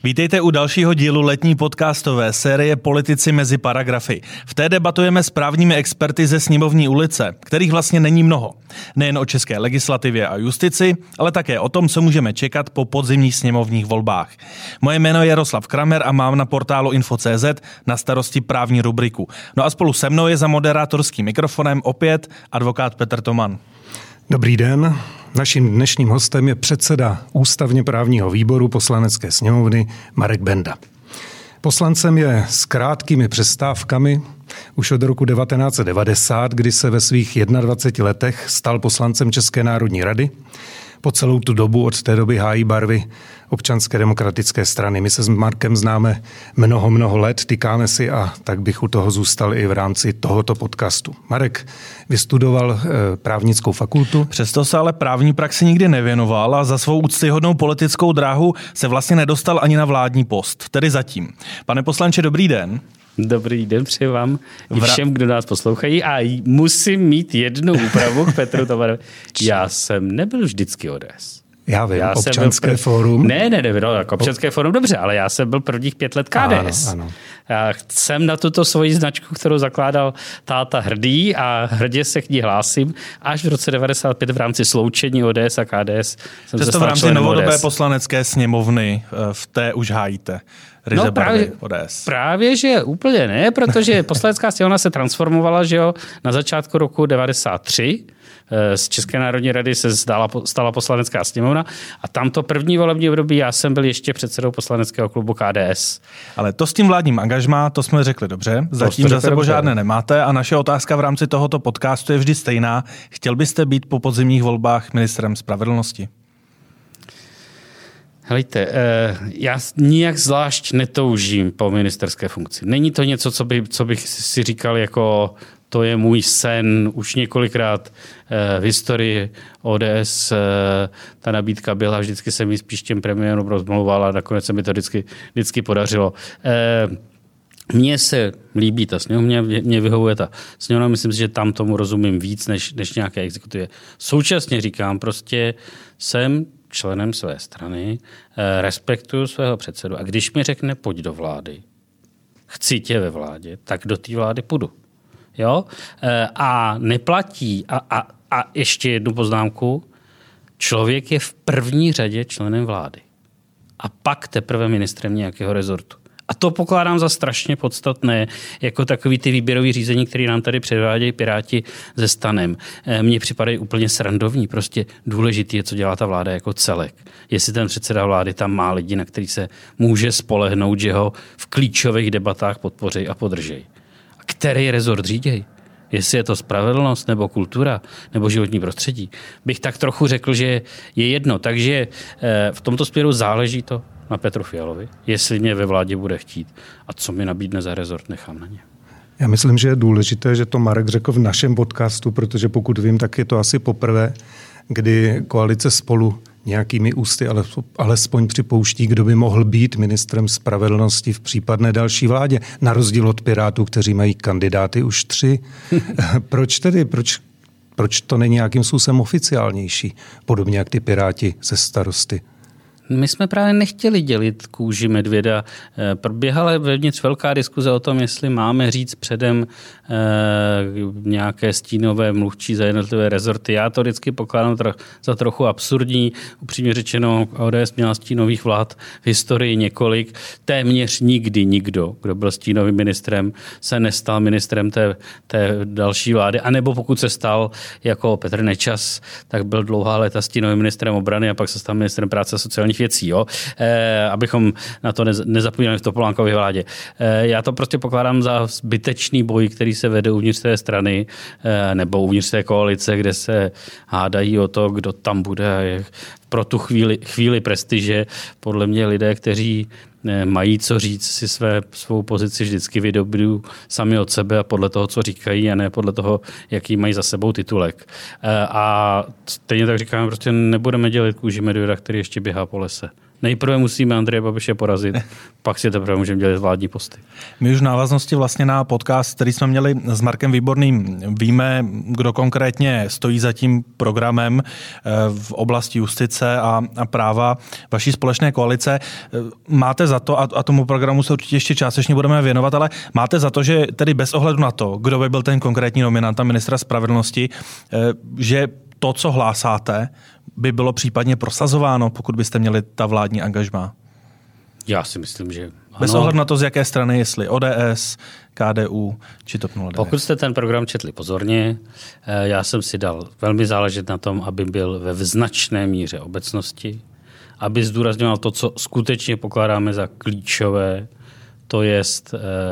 Vítejte u dalšího dílu letní podcastové série Politici mezi paragrafy. V té debatujeme s právními experty ze Sněmovní ulice, kterých vlastně není mnoho. Nejen o české legislativě a justici, ale také o tom, co můžeme čekat po podzimních sněmovních volbách. Moje jméno je Jaroslav Kramer a mám na portálu Info.cz na starosti právní rubriku. No a spolu se mnou je za moderátorským mikrofonem opět advokát Petr Toman. Dobrý den. Naším dnešním hostem je předseda Ústavně právního výboru Poslanecké sněmovny Marek Benda. Poslancem je s krátkými přestávkami už od roku 1990, kdy se ve svých 21 letech stal poslancem České národní rady. Po celou tu dobu od té doby hájí barvy Občanské demokratické strany. My se s Markem známe mnoho let, tykáme si a tak bych u toho zůstal i v rámci tohoto podcastu. Marek vystudoval právnickou fakultu. Přesto se ale právní praxi nikdy nevěnoval a za svou úctyhodnou politickou dráhu se vlastně nedostal ani na vládní post, tedy zatím. Pane poslanče, dobrý den. Dobrý den, přeji vám i všem, kdo nás poslouchají. A musím mít jednu úpravu k Petru Tomanovi. Já jsem nebyl vždycky ODS. Já vím, Občanské fórum. Ne, jako Občanské fórum dobře, ale já jsem byl prvních 5 let KDS. Ano. Já jsem na tuto svoji značku, kterou zakládal táta hrdý a hrdě se k ní hlásím. Až v roce 95 v rámci sloučení ODS a KDS jsem se stal členem ODS. V rámci novodobé poslanecké sněmovny v té už hájíte. No právě, že úplně ne, protože poslanecká sněmovna se transformovala, že jo, na začátku roku 93. Z České národní rady se stala poslanecká sněmovna a tamto první volební období já jsem byl ještě předsedou poslaneckého klubu KDS. Ale to s tím vládním angažmá, to jsme řekli dobře, zatím za sebou žádné nemáte a naše otázka v rámci tohoto podcastu je vždy stejná. Chtěl byste být po podzimních volbách ministrem spravedlnosti? Helejte, já nijak zvlášť netoužím po ministerské funkci. Není to něco, co bych si říkal jako to je můj sen. Už několikrát v historii ODS ta nabídka byla, vždycky jsem ji spíš těm premiérům rozmlouval a nakonec se mi to vždycky podařilo. Mně se líbí ta sněmovna, mě vyhovuje ta sněmovna, myslím si, že tam tomu rozumím víc než nějaké exekutivě. Současně říkám, prostě jsem členem své strany, respektuju svého předsedu a když mi řekne pojď do vlády, chci tě ve vládě, tak do té vlády půjdu. Jo? A neplatí, a ještě jednu poznámku, člověk je v první řadě členem vlády a pak teprve ministrem nějakého rezortu. A to pokládám za strašně podstatné, jako takový ty výběrový řízení, které nám tady předvádějí Piráti se STANem. Mně připadají úplně srandovní. Prostě důležitý je, co dělá ta vláda jako celek. Jestli ten předseda vlády tam má lidi, na který se může spolehnout, že ho v klíčových debatách podpoří a podržej. A který rezort říděj? Jestli je to spravedlnost, nebo kultura, nebo životní prostředí, bych tak trochu řekl, že je jedno. Takže v tomto směru záleží to na Petru Fialovi, jestli mě ve vládě bude chtít a co mi nabídne za rezort, nechám na ně. Já myslím, že je důležité, že to Marek řekl v našem podcastu, protože pokud vím, tak je to asi poprvé, kdy koalice Spolu nějakými ústy alespoň připouští, kdo by mohl být ministrem spravedlnosti v případné další vládě, na rozdíl od Pirátů, kteří mají kandidáty už 3. Proč to není nějakým způsobem oficiálnější, podobně jak ty Piráti ze Starosty? My jsme právě nechtěli dělit kůži medvěda. Proběhala vevnitř velká diskuze o tom, jestli máme říct předem nějaké stínové mluvčí za jednotlivé rezorty. Já to vždycky pokládám za trochu absurdní. Upřímně řečeno, ODS měla stínových vlád v historii několik. Téměř nikdy nikdo, kdo byl stínovým ministrem, se nestal ministrem té další vlády. A nebo pokud se stal jako Petr Nečas, tak byl dlouhá léta stínovým ministrem obrany a pak se stal ministrem práce a sociálních věcí, jo? Abychom na to nezapomínali v Topolánkově vládě. Já to prostě pokládám za zbytečný boj, který se vede uvnitř té strany nebo uvnitř té koalice, kde se hádají o to, kdo tam bude a je pro tu chvíli prestiže. Podle mě lidé, kteří mají co říct, si svou pozici vždycky vydobují sami od sebe a podle toho, co říkají, a ne podle toho, jaký mají za sebou titulek. A stejně tak říkáme, prostě nebudeme dělat kůži medvěda, který ještě běhá po lese. Nejprve musíme Andreje Babiše porazit, pak si teprve můžeme dělat vládní posty. My už v návaznosti vlastně na podcast, který jsme měli s Markem Výborným, víme, kdo konkrétně stojí za tím programem v oblasti justice a práva vaší společné koalice. Máte za to, a tomu programu se určitě ještě částečně budeme věnovat, ale máte za to, že tedy bez ohledu na to, kdo by byl ten konkrétní nominant ministra spravedlnosti, že to, co hlásáte, by bylo případně prosazováno, pokud byste měli ta vládní angažmá? Já si myslím, že ano. Bez ohledu na to, z jaké strany, jestli ODS, KDU či TOP 09. Pokud jste ten program četli pozorně, já jsem si dal velmi záležet na tom, aby byl ve značné míře obecnosti, aby zdůrazňoval to, co skutečně pokládáme za klíčové, to jest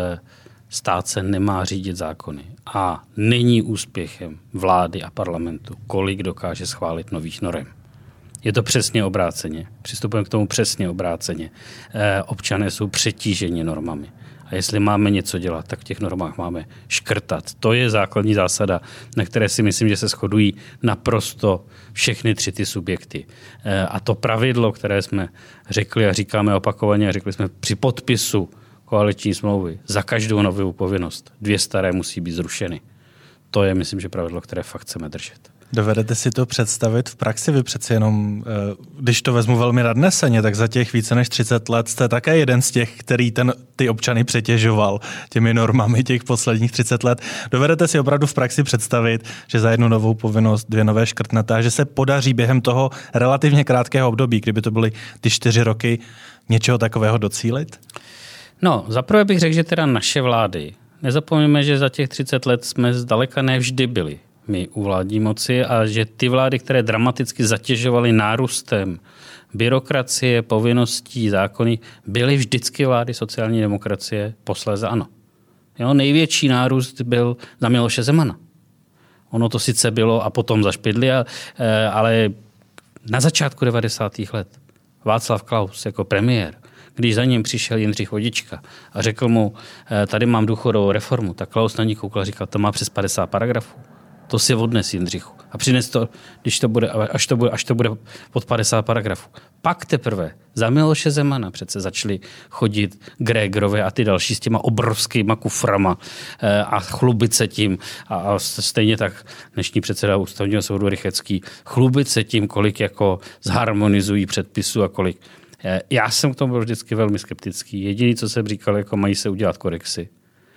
stát se nemá řídit zákony. A není úspěchem vlády a parlamentu, kolik dokáže schválit nových norem. Je to přesně obráceně. Přistupujeme k tomu přesně obráceně. Občané jsou přetíženi normami. A jestli máme něco dělat, tak v těch normách máme škrtat. To je základní zásada, na které si myslím, že se shodují naprosto všechny tři ty subjekty. A to pravidlo, které jsme řekli a říkáme opakovaně, a řekli jsme při podpisu koaliční smlouvy, za každou novou povinnost 2 staré musí být zrušeny. To je, myslím, že pravidlo, které fakt chceme držet. Dovedete si to představit v praxi? Vy přeci jenom, když to vezmu velmi nadneseně, tak za těch více než 30 let jste také jeden z těch, který ty občany přetěžoval těmi normami těch posledních 30 let. Dovedete si opravdu v praxi představit, že za jednu novou povinnost 2 nové škrtnete a že se podaří během toho relativně krátkého období, kdyby to byly ty 4 roky, něčeho takového docílit? No, zaprvé bych řekl, že teda naše vlády, nezapomeňme, že za těch 30 let jsme zdaleka nevždy byli my u vládní moci a že ty vlády, které dramaticky zatěžovaly nárůstem byrokracie, povinností, zákony, byly vždycky vlády sociální demokracie, posléze ANO. Jo, největší nárůst byl za Miloše Zemana. Ono to sice bylo a potom za Špidly, ale na začátku 90. let Václav Klaus jako premiér, když za ním přišel Jindřich Vodička a řekl mu, tady mám důchodovou reformu, tak Klaus na ní koukal a říkal, to má přes 50 paragrafů. To si odnes, Jindřichu. A přines to, až to bude pod 50 paragrafů. Pak teprve za Miloše Zemana přece začali chodit Grégerové a ty další s těma obrovskýma kuframa a chlubit se tím. A stejně tak dnešní předseda Ústavního soudu Rychecký chlubit se tím, kolik jako zharmonizují předpisů a kolik. Já jsem k tomu byl vždycky velmi skeptický. Jediný, co jsem říkal, jako mají se udělat korekci.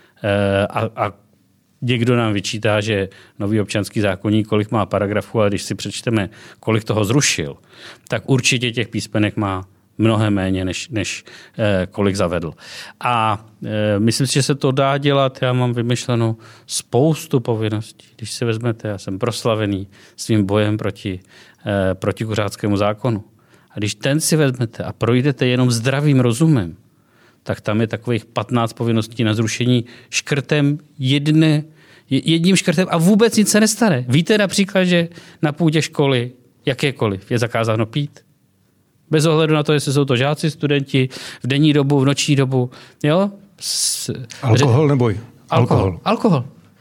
A někdo nám vyčítá, že nový občanský zákoník, kolik má paragrafů, ale když si přečteme, kolik toho zrušil, tak určitě těch písmenek má mnohem méně, než kolik zavedl. A myslím si, že se to dá dělat. Já mám vymyšlenou spoustu povinností. Když si vezmete, já jsem proslavený svým bojem proti kuřáckému zákonu. A když ten si vezmete a projdete jenom zdravým rozumem, tak tam je takových 15 povinností na zrušení škrtem jedním škrtem a vůbec nic se nestane. Víte například, že na půdě školy jakékoliv je zakázáno pít? Bez ohledu na to, jestli jsou to žáci, studenti, v denní dobu, v noční dobu. Jo? Alkohol neboj. Alkohol.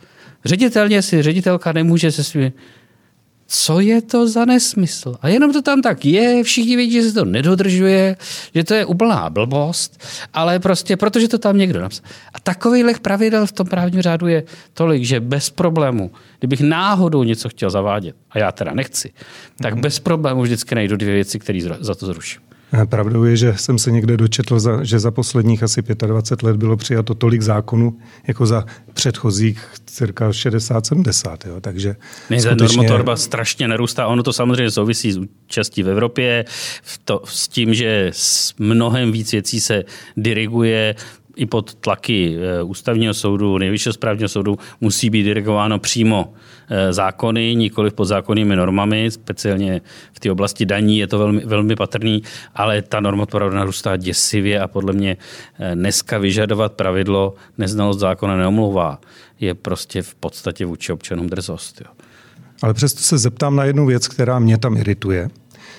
Ředitelka nemůže se svými... Co je to za nesmysl? A jenom to tam tak je, všichni vědí, že se to nedodržuje, že to je úplná blbost, ale prostě, protože to tam někdo napsal. A takových pravidel v tom právním řádu je tolik, že bez problému, kdybych náhodou něco chtěl zavádět, a já teda nechci, tak bez problému vždycky najdu 2 věci, které za to zruším. Pravdou je, že jsem se někde dočetl, že za posledních asi 25 let bylo přijato tolik zákonů, jako za předchozích cirka 60-70. Takže normotvorba strašně narůstá. Ono to samozřejmě souvisí s účastí v Evropě, s tím, že mnohem víc věcí se diriguje i pod tlaky Ústavního soudu, Nejvyššího správního soudu musí být dirigováno přímo zákony, nikoli pod zákonnými normami, speciálně v té oblasti daní je to velmi, velmi patrný, ale ta normotvorba narůstá děsivě a podle mě dneska vyžadovat pravidlo neznalost zákona neomlouvá. Je prostě v podstatě vůči občanům drzost. Jo. Ale přesto se zeptám na jednu věc, která mě tam irituje.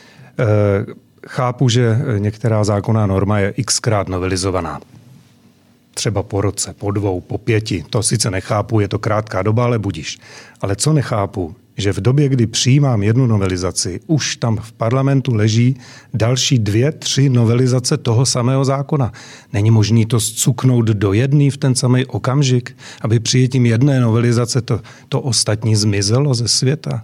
Chápu, že některá zákonná norma je xkrát novelizovaná. Třeba po roce, po 2, po 5. To sice nechápu, je to krátká doba, ale budiš. Ale co nechápu, že v době, kdy přijímám jednu novelizaci, už tam v parlamentu leží další 2, 3 novelizace toho samého zákona. Není možné to zcuknout do jedné v ten samý okamžik, aby přijetím jedné novelizace to ostatní zmizelo ze světa?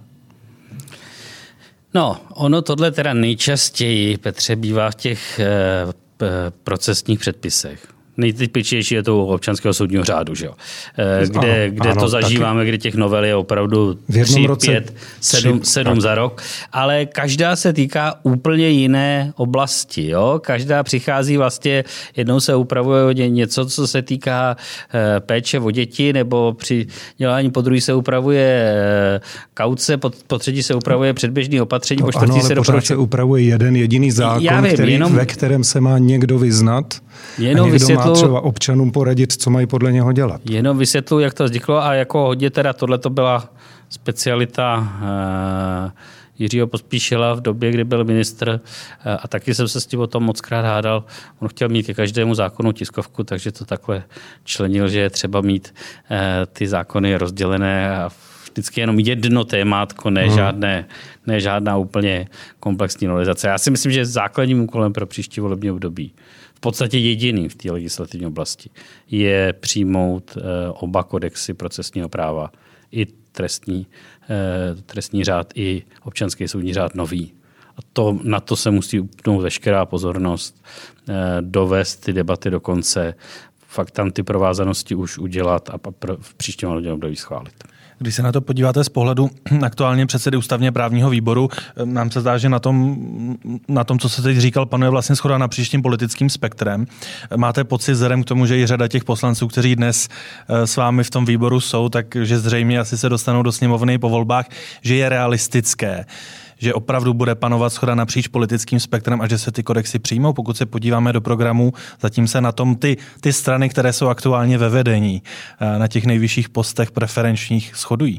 No, ono tohle teda nejčastěji, Petře, bývá v těch procesních předpisech. Nejtypičnější je to u občanského soudního řádu, že jo? Kde ano, to zažíváme, taky. Kde těch novel je opravdu 3, 5, 7 za rok. Ale každá se týká úplně jiné oblasti. Jo? Každá přichází vlastně, jednou se upravuje něco, co se týká péče o děti, nebo při dělání, po druhé se upravuje kauce, po třetí se upravuje předběžné opatření, po čtvrtý se doporučuje. Se upravuje jeden jediný zákon, ve kterém se má někdo vyznat. Jenom má třeba občanům poradit, co mají podle něho dělat. Jenom vysvětluji, jak to vzniklo a jako hodně teda tohleto byla specialita Jiřího Pospíšila v době, kdy byl ministr a taky jsem se s tím o tom mockrát hádal. On chtěl mít ke každému zákonu tiskovku, takže to takhle členil, že je třeba mít ty zákony rozdělené a vždycky jenom jedno témátko, ne žádná úplně komplexní novelizace. Já si myslím, že základním úkolem pro příští volební období v podstatě jediný v té legislativní oblasti je přijmout oba kodexy procesního práva, i trestní řád, i občanský soudní řád nový. A na to se musí upnout veškerá pozornost, dovést ty debaty do konce, fakt tam ty provázanosti už udělat a v příštím období schválit. Když se na to podíváte z pohledu aktuálně předsedy ústavně právního výboru, nám se zdá, že na tom, co se teď říkal, panuje vlastně shoda napříč tím politickým spektrem. Máte pocit, vzhledem k tomu, že i řada těch poslanců, kteří dnes s vámi v tom výboru jsou, takže zřejmě asi se dostanou do sněmovny po volbách, že je realistické, že opravdu bude panovat shoda napříč politickým spektrem a že se ty kodexy přijmou? Pokud se podíváme do programu, zatím se na tom ty strany, které jsou aktuálně ve vedení, na těch nejvyšších postech preferenčních shodují.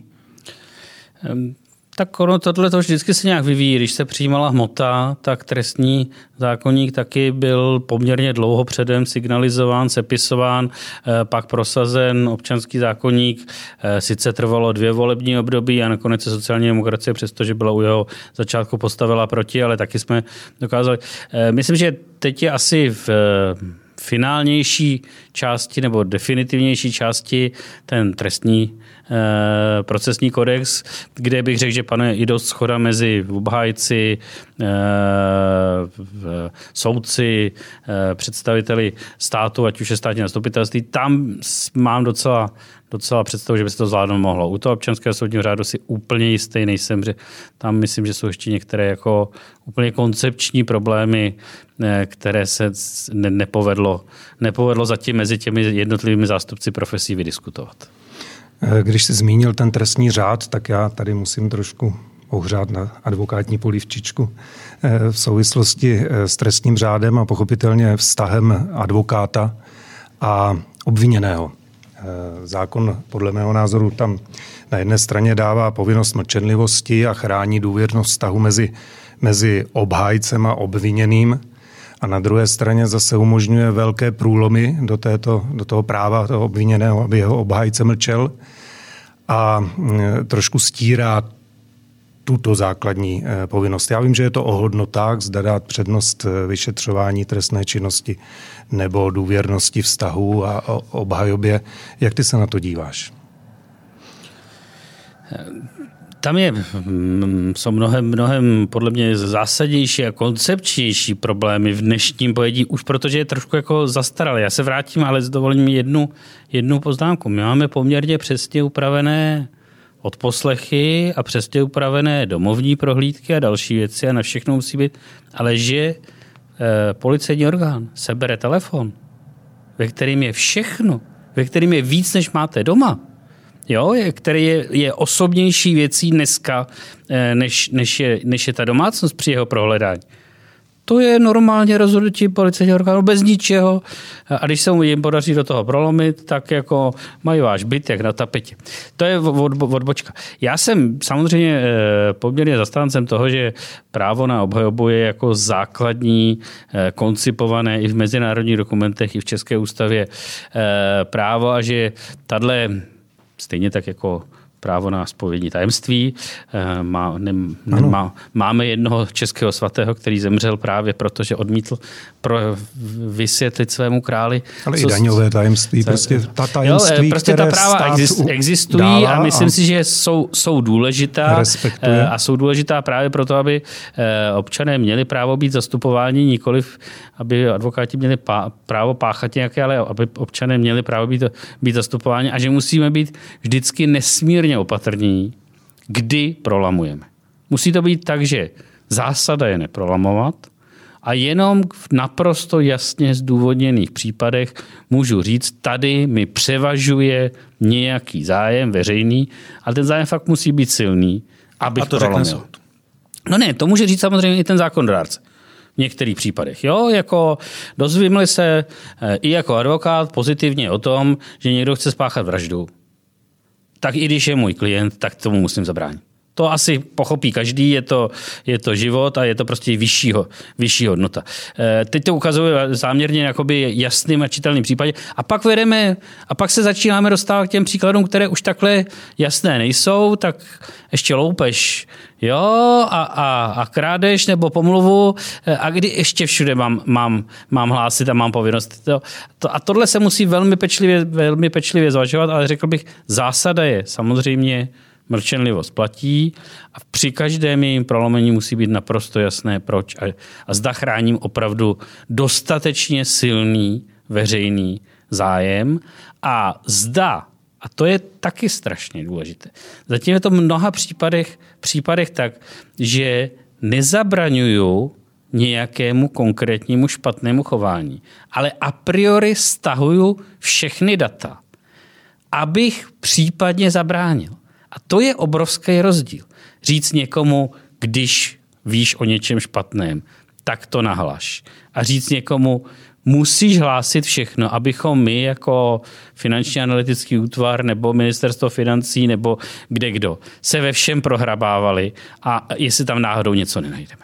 Tak tohle to vždycky se nějak vyvíjí. Když se přijímala hmota, tak trestní zákoník taky byl poměrně dlouho předem signalizován, sepisován, pak prosazen občanský zákoník. Sice trvalo 2 volební období a nakonec se sociální demokracie, přestože byla u jeho začátku postavila proti, ale taky jsme dokázali. Myslím, že teď je asi v finálnější části nebo definitivnější části ten trestní procesní kodex, kde bych řekl, že panuje i dost shoda mezi obhájci, soudci, představiteli státu, ať už je státní zastupitelství. Tam mám docela představu, že by se to zvládnout mohlo. U toho občanského soudního řádu si úplně jistý nejsem, že tam myslím, že jsou ještě některé jako úplně koncepční problémy, které se nepovedlo zatím mezi těmi jednotlivými zástupci profesí vydiskutovat. Když jsi zmínil ten trestní řád, tak já tady musím trošku ohřát na advokátní polívčičku v souvislosti s trestním řádem a pochopitelně vztahem advokáta a obviněného. Zákon podle mého názoru tam na jedné straně dává povinnost mlčenlivosti a chrání důvěrnost vztahu mezi obhájcem a obviněným a na druhé straně zase umožňuje velké průlomy do toho práva toho obviněného, aby jeho obhájce mlčel a trošku stírá tuto základní povinnost. Já vím, že je to o hodnotách, zda dát přednost vyšetřování trestné činnosti nebo důvěrnosti vztahu a obhajobě. Jak ty se na to díváš? Tam jsou mnohem podle mě zásadnější a koncepčnější problémy v dnešním pojetí, už protože je trošku jako zastaralé. Já se vrátím, ale s dovolením jednu poznámku. My máme poměrně přesně upravené odposlechy a přesně upravené domovní prohlídky a další věci a na všechno musí být, ale že policejní orgán sebere telefon, ve kterým je všechno, ve kterým je víc, než máte doma, jo, který je osobnější věcí dneska, než je ta domácnost při jeho prohledání. To je normálně rozhodnutí policejního orgánu bez ničeho a když se mu jim podaří do toho prolomit, tak jako mají váš byt jak na tapetě. To je odbočka. Já jsem samozřejmě poměrně zastáncem toho, že právo na obhajobu je jako základní, koncipované i v mezinárodních dokumentech, i v České ústavě právo a že tahle stejně tak jako právo na zpovědní tajemství. Máme jednoho českého svatého, který zemřel právě proto, že odmítl vysvětlit svému králi. Ale i daňové tajemství, prostě ta tajemství, prostě ta práva existují a myslím si, že jsou důležitá a jsou důležitá právě proto, aby občané měli právo být zastupováni, nikoliv aby advokáti měli právo páchat nějaké, ale aby občané měli právo být zastupováni a že musíme být vždycky nesmírně opatrní, kdy prolamujeme. Musí to být tak, že zásada je neprolamovat a jenom v naprosto jasně zdůvodněných případech můžu říct, tady mi převažuje nějaký zájem veřejný, ale ten zájem fakt musí být silný, abych prolamoval. No ne, to může říct samozřejmě i ten zákonodárce. V některých případech. Jo, jako dozvíme se i jako advokát pozitivně o tom, že někdo chce spáchat vraždu. Tak i když je můj klient, tak tomu musím zabránit. To asi pochopí každý, je to život a je to prostě vyšší hodnota. Teď to ukazuje záměrně jakoby jasným a čitelným případě. A pak se začínáme dostávat k těm příkladům, které už takhle jasné nejsou, tak ještě loupeš, jo, a krádeš nebo pomluvu a kdy ještě všude mám hlásit a mám povinnost. A tohle se musí velmi pečlivě zvažovat, ale řekl bych, zásada je samozřejmě mlčenlivost platí a při každém jejím prolomení musí být naprosto jasné, proč a zda chráním opravdu dostatečně silný veřejný zájem a zda, a to je taky strašně důležité, zatím je to v mnoha případech tak, že nezabraňuju nějakému konkrétnímu špatnému chování, ale a priori stahuju všechny data, abych případně zabránil. A to je obrovský rozdíl. Říct někomu, když víš o něčem špatném, tak to nahlaš. A říct někomu, musíš hlásit všechno, abychom my jako finanční analytický útvar nebo ministerstvo financí nebo kdekdo se ve všem prohrabávali a jestli tam náhodou něco nenajdeme.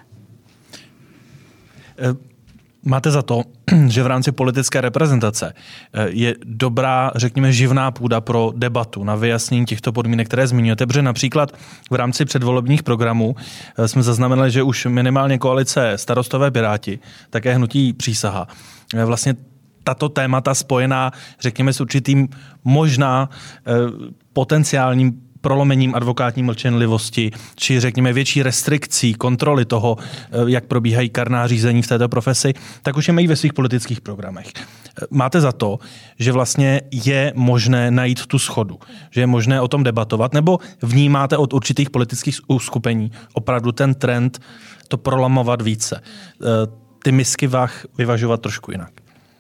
Máte za to, že v rámci politické reprezentace je dobrá, řekněme, živná půda pro debatu na vyjasnění těchto podmínek, které zmiňujete, protože například v rámci předvolebních programů jsme zaznamenali, že už minimálně koalice Starostové Piráti, také hnutí Přísaha, vlastně tato témata spojená, řekněme, s určitým možná potenciálním prolomením advokátní mlčenlivosti, či řekněme větší restrikcí kontroly toho, jak probíhají kárná řízení v této profesi, tak už je mají ve svých politických programech. Máte za to, že vlastně je možné najít tu shodu, že je možné o tom debatovat, nebo vnímáte od určitých politických uskupení opravdu ten trend to prolamovat více, ty misky vah vyvažovat trošku jinak?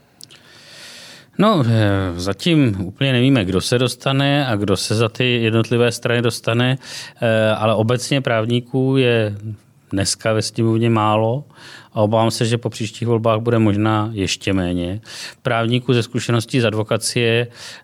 No, zatím úplně nevíme, kdo se dostane a kdo se za ty jednotlivé strany dostane, ale obecně právníků je dneska ve sněmovně málo a obávám se, že po příštích volbách bude možná ještě méně. Právníků ze zkušeností z advokacie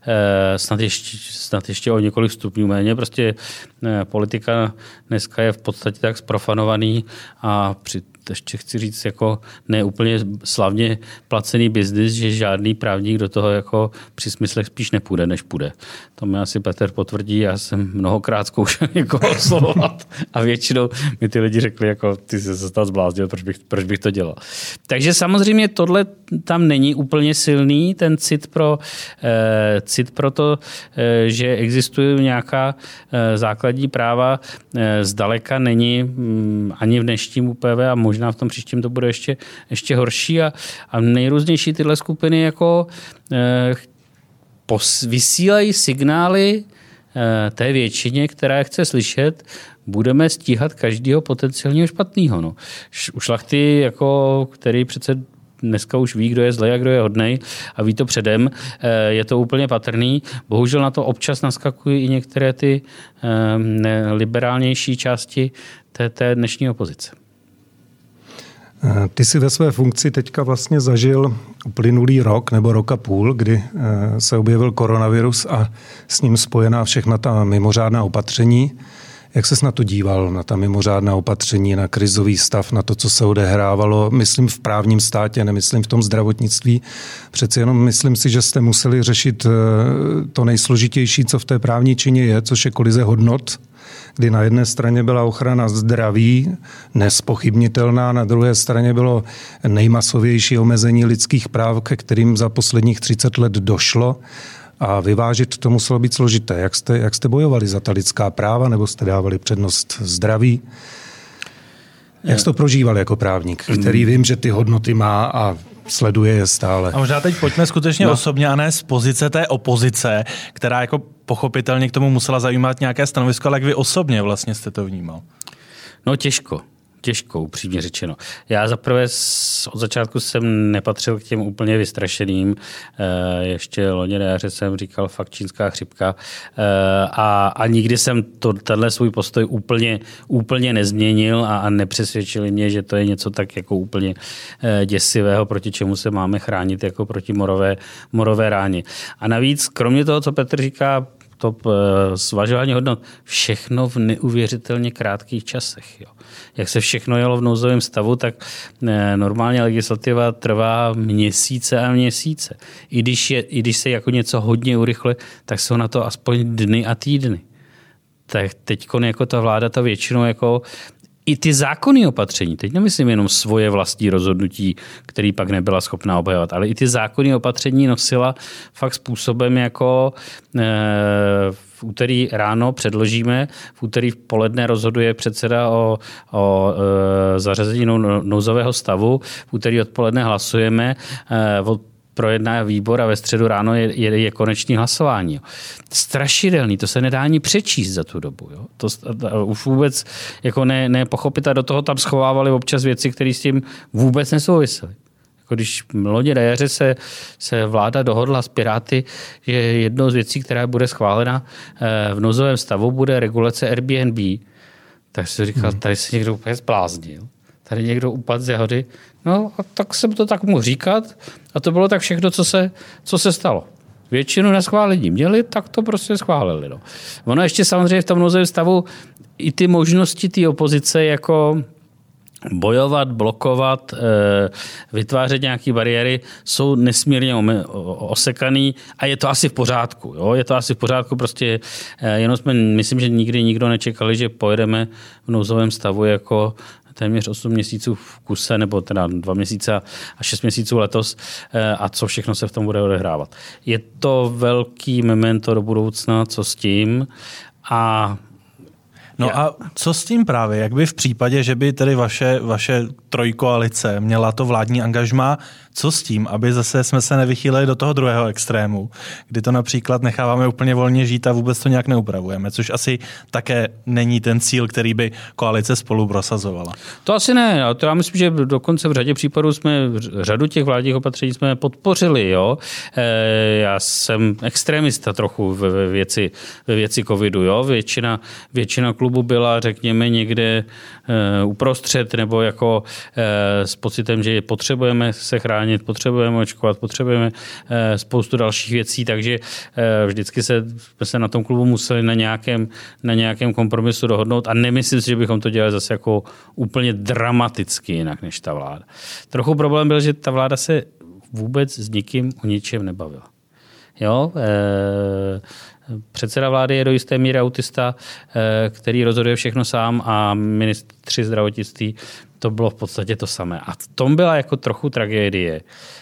snad ještě o několik stupňů méně. Prostě politika dneska je v podstatě tak zprofanovaný a ještě chci říct, jako ne úplně slavně placený biznis, že žádný právník do toho jako při smyslech spíš nepůjde, než půjde. To mi asi Petr potvrdí, já jsem mnohokrát zkoušel někoho oslovovat a většinou mi ty lidi řekli, jako ty jsi se tam zbláznil, proč bych to dělal. Takže samozřejmě tohle tam není úplně silný, ten cit pro to, že existují nějaká základní práva, zdaleka není ani v dnešním UPV a možná v tom příštím to bude ještě horší a nejrůznější tyhle skupiny jako vysílají signály té většině, která chce slyšet, budeme stíhat každého potenciálního špatného. No. U Šlachty, jako, který přece dneska už ví, kdo je zlej a kdo je hodnej a ví to předem, je to úplně patrný. Bohužel na to občas naskakují i některé ty liberálnější části té dnešní opozice. Ty jsi ve své funkci teďka vlastně zažil uplynulý rok nebo rok a půl, kdy se objevil koronavirus a s ním spojená všechna ta mimořádná opatření. Jak ses na to díval, na ta mimořádná opatření, na krizový stav, na to, co se odehrávalo, myslím v právním státě, nemyslím v tom zdravotnictví. Přeci jenom myslím si, že jste museli řešit to nejsložitější, co v té právní čině je, což je kolize hodnot, kdy na jedné straně byla ochrana zdraví, nezpochybnitelná, na druhé straně bylo nejmasovější omezení lidských práv, ke kterým za posledních 30 let došlo. A vyvážit to muselo být složité. Jak jste bojovali za ta lidská práva, nebo jste dávali přednost zdraví? Jak jste to prožíval jako právník, který vím, že ty hodnoty má a sleduje je stále? A možná teď pojďme skutečně osobně a ne z pozice té opozice, která jako pochopitelně k tomu musela zajímat nějaké stanovisko, ale jak vy osobně vlastně jste to vnímal? No těžko, upřímně řečeno. Já zaprvé od začátku jsem nepatřil k těm úplně vystrašeným. Ještě loni na jaře jsem říkal fakt čínská chřipka a nikdy jsem tenhle svůj postoj úplně nezměnil a nepřesvědčili mě, že to je něco tak jako úplně děsivého, proti čemu se máme chránit jako proti morové ráně. A navíc, kromě toho, co Petr říká, to zvažování hodnot, všechno v neuvěřitelně krátkých časech. Jo. Jak se všechno jelo v nouzovém stavu, tak normálně legislativa trvá měsíce a měsíce. I když se jako něco hodně urychluje, tak jsou na to aspoň dny a týdny. Tak teď jako ta vláda to většinou jako i ty zákonné opatření, teď nemyslím jenom svoje vlastní rozhodnutí, který pak nebyla schopná obhajovat, ale i ty zákonné opatření nosila fakt způsobem jako v úterý ráno předložíme, v úterý v poledne rozhoduje předseda o zařazení nouzového stavu, v úterý odpoledne hlasujeme, projedná výbor a ve středu ráno je konečné hlasování. Jo. Strašidelný, to se nedá ani přečíst za tu dobu. Jo. To už vůbec jako nepochopit a do toho tam schovávali občas věci, které s tím vůbec nesouvisely. Jako když loni na jaře se vláda dohodla s Piráty, že jednou z věcí, která bude schválena v nouzovém stavu, bude regulace Airbnb, tak si říkal, tady se někdo úplně zbláznil. Tady někdo upadl z jahody. No a tak jsem to tak mohl říkat a to bylo tak všechno, co se stalo. Většinu na schválení měli, tak to prostě schválili. No. Ono ještě samozřejmě v tom nouzovém stavu i ty možnosti té opozice jako bojovat, blokovat, vytvářet nějaké bariéry jsou nesmírně osekaný a je to asi v pořádku. Jo? Je to asi v pořádku, prostě jenom myslím, že nikdy nikdo nečekali, že pojedeme v nouzovém stavu jako téměř 8 měsíců v kuse, nebo teda 2 měsíce a 6 měsíců letos a co všechno se v tom bude odehrávat. Je to velký memento do budoucna, co s tím a a co s tím právě? Jak by v případě, že by tedy vaše trojkoalice měla to vládní angažmá, co s tím, aby zase jsme se nevychýlili do toho druhého extrému, kdy to například necháváme úplně volně žít a vůbec to nějak neupravujeme, což asi také není ten cíl, který by koalice Spolu prosazovala. To asi ne. Já myslím, že dokonce v řadě případů jsme řadu těch vládních opatření jsme podpořili. Jo? Já jsem extremista trochu ve věci covidu. Jo? Většina klubu byla, řekněme, někde uprostřed nebo jako s pocitem, že potřebujeme se chránit, potřebujeme očkovat, potřebujeme spoustu dalších věcí, takže vždycky jsme se na tom klubu museli na nějakém kompromisu dohodnout a nemyslím si, že bychom to dělali zase jako úplně dramaticky jinak než ta vláda. Trochu problém byl, že ta vláda se vůbec s nikým o ničem nebavila. Jo, předseda vlády je do jisté míry autista, který rozhoduje všechno sám a ministři zdravotnictví to bylo v podstatě to samé. A v tom byla jako trochu tragédie,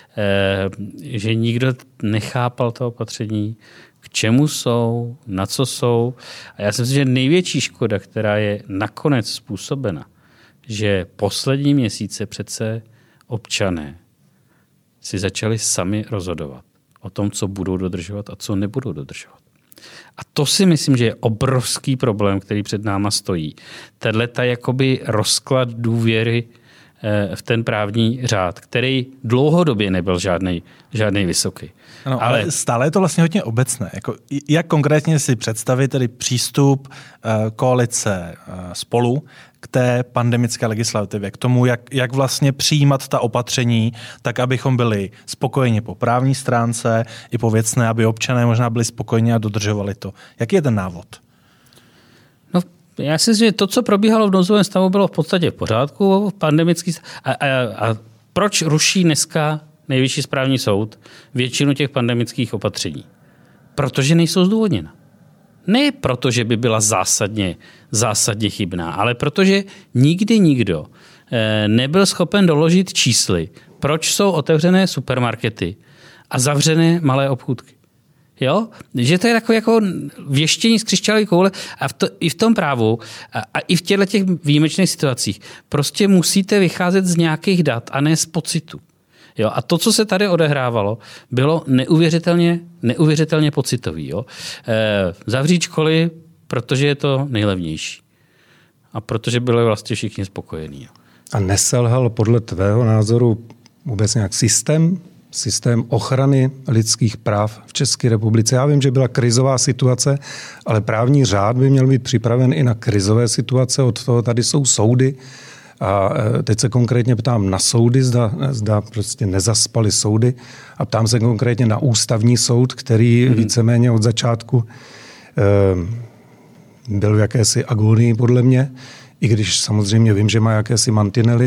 že nikdo nechápal to opatření, k čemu jsou, na co jsou. A já si myslím, že největší škoda, která je nakonec způsobena, že poslední měsíce přece občané si začali sami rozhodovat o tom, co budou dodržovat a co nebudou dodržovat. A to si myslím, že je obrovský problém, který před náma stojí. Tato jakoby rozklad důvěry v ten právní řád, který dlouhodobě nebyl žádnej vysoký. Ano, ale stále je to vlastně hodně obecné. Jako, jak konkrétně si představit tedy přístup koalice Spolu k té pandemické legislativě, k tomu, jak vlastně přijímat ta opatření, tak abychom byli spokojeni po právní stránce i po věcné, aby občané možná byli spokojeni a dodržovali to. Jaký je ten návod? No, Já si myslím, že to, co probíhalo v nouzovém stavu, bylo v podstatě v pořádku. Pandemický a proč ruší dneska Nejvyšší správní soud většinu těch pandemických opatření? Protože nejsou zdůvodněna. Ne proto, že by byla zásadně chybná, ale protože nikdy nikdo nebyl schopen doložit čísly, proč jsou otevřené supermarkety a zavřené malé obchůdky. Jo? Že to je takové jako věštění z křišťálové koule a i v tom právu a i v těchto výjimečných situacích prostě musíte vycházet z nějakých dat a ne z pocitu. Jo? A to, co se tady odehrávalo, bylo neuvěřitelně pocitový. Jo? Zavřít školy, protože je to nejlevnější. A protože byli vlastně všichni spokojení. Jo? A neselhal podle tvého názoru vůbec nějak systém ochrany lidských práv v České republice? Já vím, že byla krizová situace, ale právní řád by měl být připraven i na krizové situace. Od toho tady jsou soudy. A teď se konkrétně ptám na soudy, zda prostě nezaspaly soudy. A ptám se konkrétně na ústavní soud, který víceméně od začátku byl v jakési agonii podle mě, i když samozřejmě vím, že má jakési mantinely.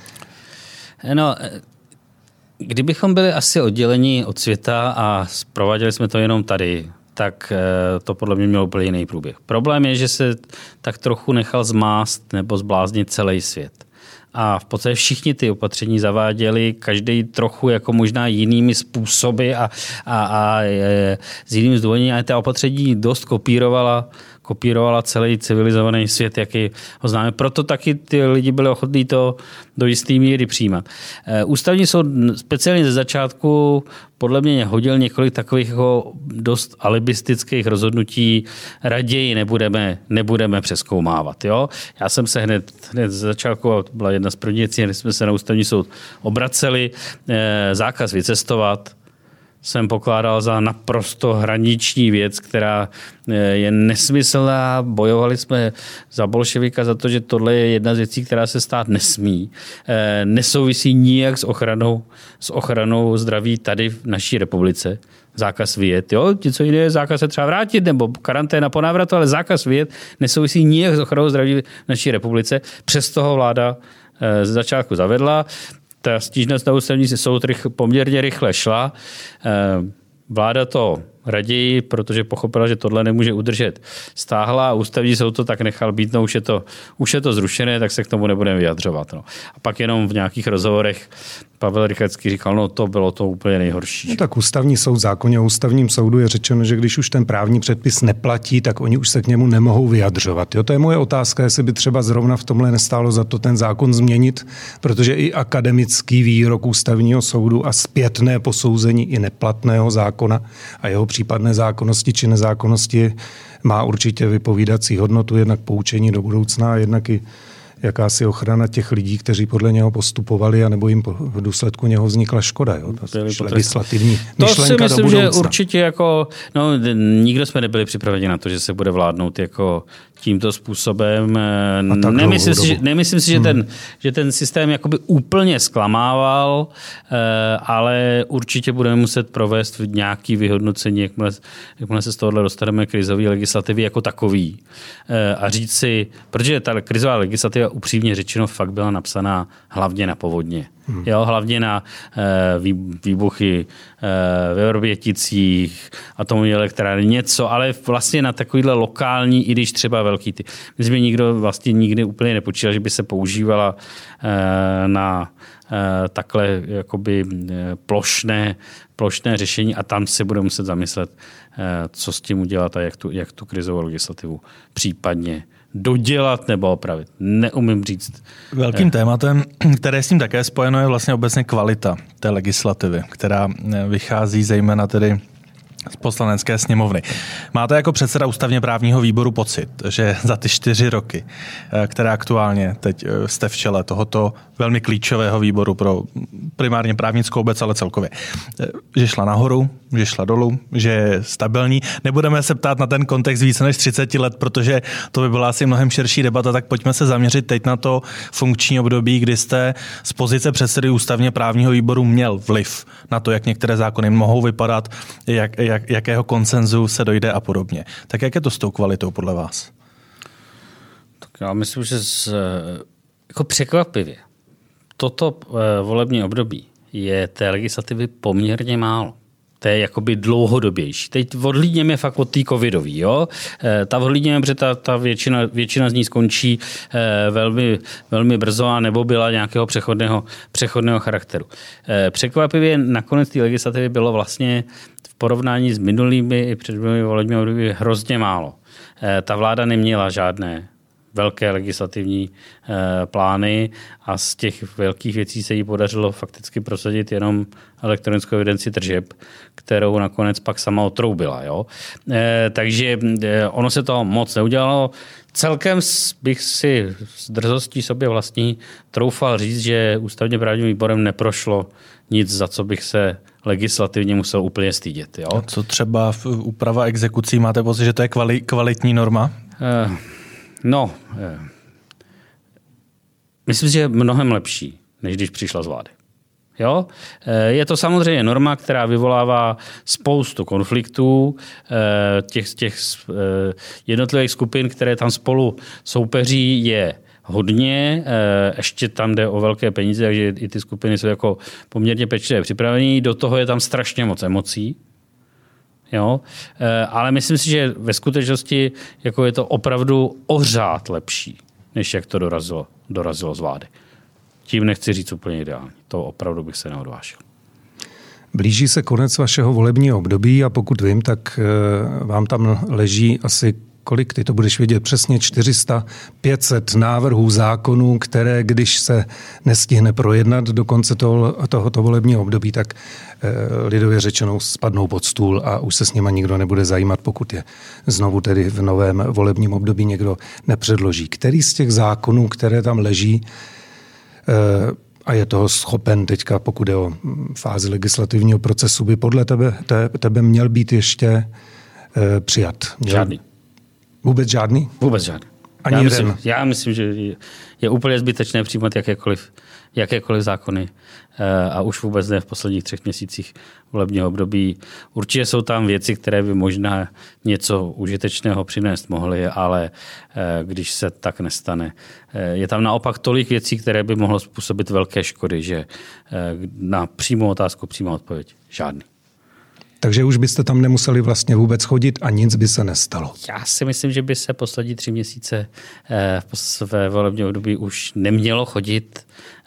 No, kdybychom byli asi oddělení od světa a prováděli jsme to jenom tady, tak to podle mě mělo úplně jiný průběh. Problém je, že se tak trochu nechal zmást nebo zbláznit celý svět. A v podstatě všichni ty opatření zaváděli, každý trochu jako možná jinými způsoby a s jiným zdůvodněním. A ta opatření dost kopírovala celý civilizovaný svět, jaký ho známe. Proto taky ty lidi byli ochotní to do jisté míry přijímat. Ústavní soud speciálně ze začátku podle mě hodil několik takových jako dost alibistických rozhodnutí. Raději nebudeme přezkoumávat. Jo? Já jsem se hned ze začátku, to byla jedna z prvních věcí, když jsme se na ústavní soud obraceli, zákaz vycestovat jsem pokládal za naprosto hraniční věc, která je nesmyslná. Bojovali jsme za bolševika za to, že tohle je jedna z věcí, která se stát nesmí. Nesouvisí nijak s ochranou zdraví tady v naší republice. Zákaz vyjet. Jo? Něco jiného je zákaz se třeba vrátit nebo karanténa po návratu, ale zákaz vyjet nesouvisí nijak s ochranou zdraví v naší republice. Přes toho vláda z začátku zavedla. Ta stížnost na ústavní soud poměrně rychle šla. Vláda to raději, protože pochopila, že tohle nemůže udržet, stáhla a ústavní soud to tak nechal být, no už je to zrušené, tak se k tomu nebudeme vyjadřovat. No. A pak jenom v nějakých rozhovorech Pavel Rychetský říkal, no to bylo to úplně nejhorší. No, tak ústavní soud, v zákoně o ústavním soudu je řečeno, že když už ten právní předpis neplatí, tak oni už se k němu nemohou vyjadřovat. Jo, to je moje otázka, jestli by třeba zrovna v tomhle nestálo za to ten zákon změnit, protože i akademický výrok ústavního soudu a zpětné posouzení i neplatného zákona a jeho případné zákonnosti či nezákonnosti má určitě vypovídací hodnotu, jednak poučení do budoucna a jednak i jakási ochrana těch lidí, kteří podle něho postupovali, anebo jim v důsledku něho vznikla škoda. Jo? To legislativní myšlenka do budoucna. To si myslím, že určitě jako, nikdo jsme nebyli připraveni na to, že se bude vládnout jako tímto způsobem. Nemyslím si, že ten systém jakoby úplně zklamával, ale určitě budeme muset provést nějaké vyhodnocení, jakmile se z tohohle dostaneme krizové legislativy jako takový. A říct si, protože ta krizová legislativa upřímně řečeno fakt byla napsaná hlavně na povodně. Jo, hlavně na výbuchy ve Vrběticích, atomové elektrárny, něco, ale vlastně na takovýhle lokální, i když třeba velký ty. Myslím, že nikdo vlastně nikdy úplně nepočítal, že by se používala na takhle jakoby plošné řešení a tam se bude muset zamyslet, co s tím udělat a jak tu krizovou legislativu případně dodělat nebo opravit. Neumím říct. Velkým tématem, které s tím také spojeno, je vlastně obecně kvalita té legislativy, která vychází zejména tedy z Poslanecké sněmovny. Máte jako předseda ústavně právního výboru pocit, že za ty 4 roky, které aktuálně teď jste v čele tohoto velmi klíčového výboru pro primárně právnickou obec, ale celkově, že šla nahoru, že šla dolů, že je stabilní. Nebudeme se ptát na ten kontext více než 30 let, protože to by byla asi mnohem širší debata, tak pojďme se zaměřit teď na to funkční období, kdy jste z pozice předsedy ústavně právního výboru měl vliv na to, jak některé zákony mohou vypadat, jakého konsenzu se dojde a podobně. Tak jak je to s tou kvalitou podle vás? Já myslím, že jako překvapivě toto volební období je té legislativy poměrně málo. To je jakoby dlouhodobější. Teď odhlídněme fakt od té covidový. Jo? Ta odhlídněme, protože ta většina z ní skončí velmi, velmi brzo a nebo byla nějakého přechodného charakteru. Překvapivě nakonec té legislativy bylo vlastně v porovnání s minulými i předminulými volebními období hrozně málo. Ta vláda neměla žádné velké legislativní plány a z těch velkých věcí se jí podařilo fakticky prosadit jenom elektronickou evidenci tržeb, kterou nakonec pak sama otroubila. Jo? Takže ono se toho moc neudělalo. Celkem bych si s drzostí sobě vlastní troufal říct, že ústavně právním výborem neprošlo nic, za co bych se legislativně musel úplně stydět. Jo? A co třeba úprava exekucí? Máte pocit, že to je kvalitní norma? Myslím, že je mnohem lepší, než když přišla z vlády. Jo? Je to samozřejmě norma, která vyvolává spoustu konfliktů těch jednotlivých skupin, které tam spolu soupeří, je hodně. Ještě tam jde o velké peníze, takže i ty skupiny jsou jako poměrně pečlivě připravené. Do toho je tam strašně moc emocí. Jo? Ale myslím si, že ve skutečnosti jako je to opravdu o řád lepší, než jak to dorazilo z vlády. Tím nechci říct úplně ideální. To opravdu bych se neodvážil. Blíží se konec vašeho volebního období a pokud vím, tak vám tam leží asi kolik, ty to budeš vědět přesně, 400-500 návrhů zákonů, které, když se nestihne projednat do konce tohoto volebního období, tak lidově řečeno spadnou pod stůl a už se s nima nikdo nebude zajímat, pokud je znovu tedy v novém volebním období někdo nepředloží. Který z těch zákonů, které tam leží, a je toho schopen teďka, pokud je o fázi legislativního procesu, by podle tebe měl být ještě přijat? Žádný. Vůbec žádný? Vůbec žádný. Ani jeden? Já myslím, že je úplně zbytečné přijímat jakékoliv zákony a už vůbec ne v posledních 3 měsících volebního období. Určitě jsou tam věci, které by možná něco užitečného přinést mohly, ale když se tak nestane. Je tam naopak tolik věcí, které by mohlo způsobit velké škody, že na přímou otázku, přímou odpověď žádný. Takže už byste tam nemuseli vlastně vůbec chodit a nic by se nestalo. Já si myslím, že by se poslední 3 měsíce ve volebním období už nemělo chodit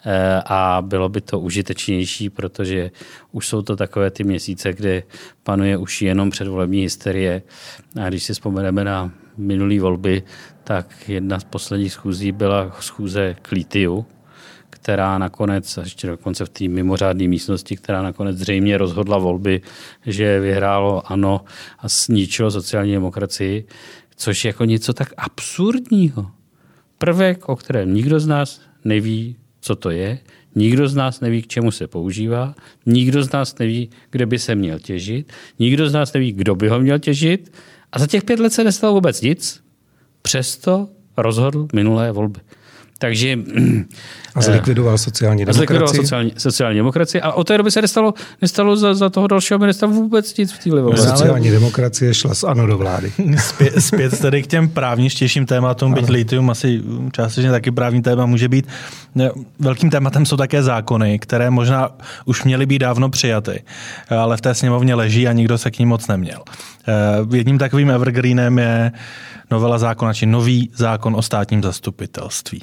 a bylo by to užitečnější, protože už jsou to takové ty měsíce, kde panuje už jenom předvolební hysterie. A když si vzpomeneme na minulý volby, tak jedna z posledních schůzí byla schůze k litiu, která nakonec, ještě dokonce v té mimořádné místnosti, která nakonec zřejmě rozhodla volby, že vyhrálo ANO a zničilo sociální demokracii, což je jako něco tak absurdního. Prvek, o kterém nikdo z nás neví, co to je, nikdo z nás neví, k čemu se používá, nikdo z nás neví, kde by se měl těžit, nikdo z nás neví, kdo by ho měl těžit a za těch 5 let se nestalo vůbec nic, přesto rozhodl minulé volby. Takže a zlikvidoval sociální demokracii. Sociální demokracii a od té doby se nestalo za toho dalšího ministra vůbec nic v téhle volbě. Sociální demokracie šla z ANO do vlády. Zpět tedy k těm právničtějším tématům, byť litium asi částečně taky právní téma může být. Velkým tématem jsou také zákony, které možná už měly být dávno přijaty, ale v té sněmovně leží a nikdo se k ní moc neměl. Jedním takovým evergreenem je novela zákona, či nový zákon o státním zastupitelství.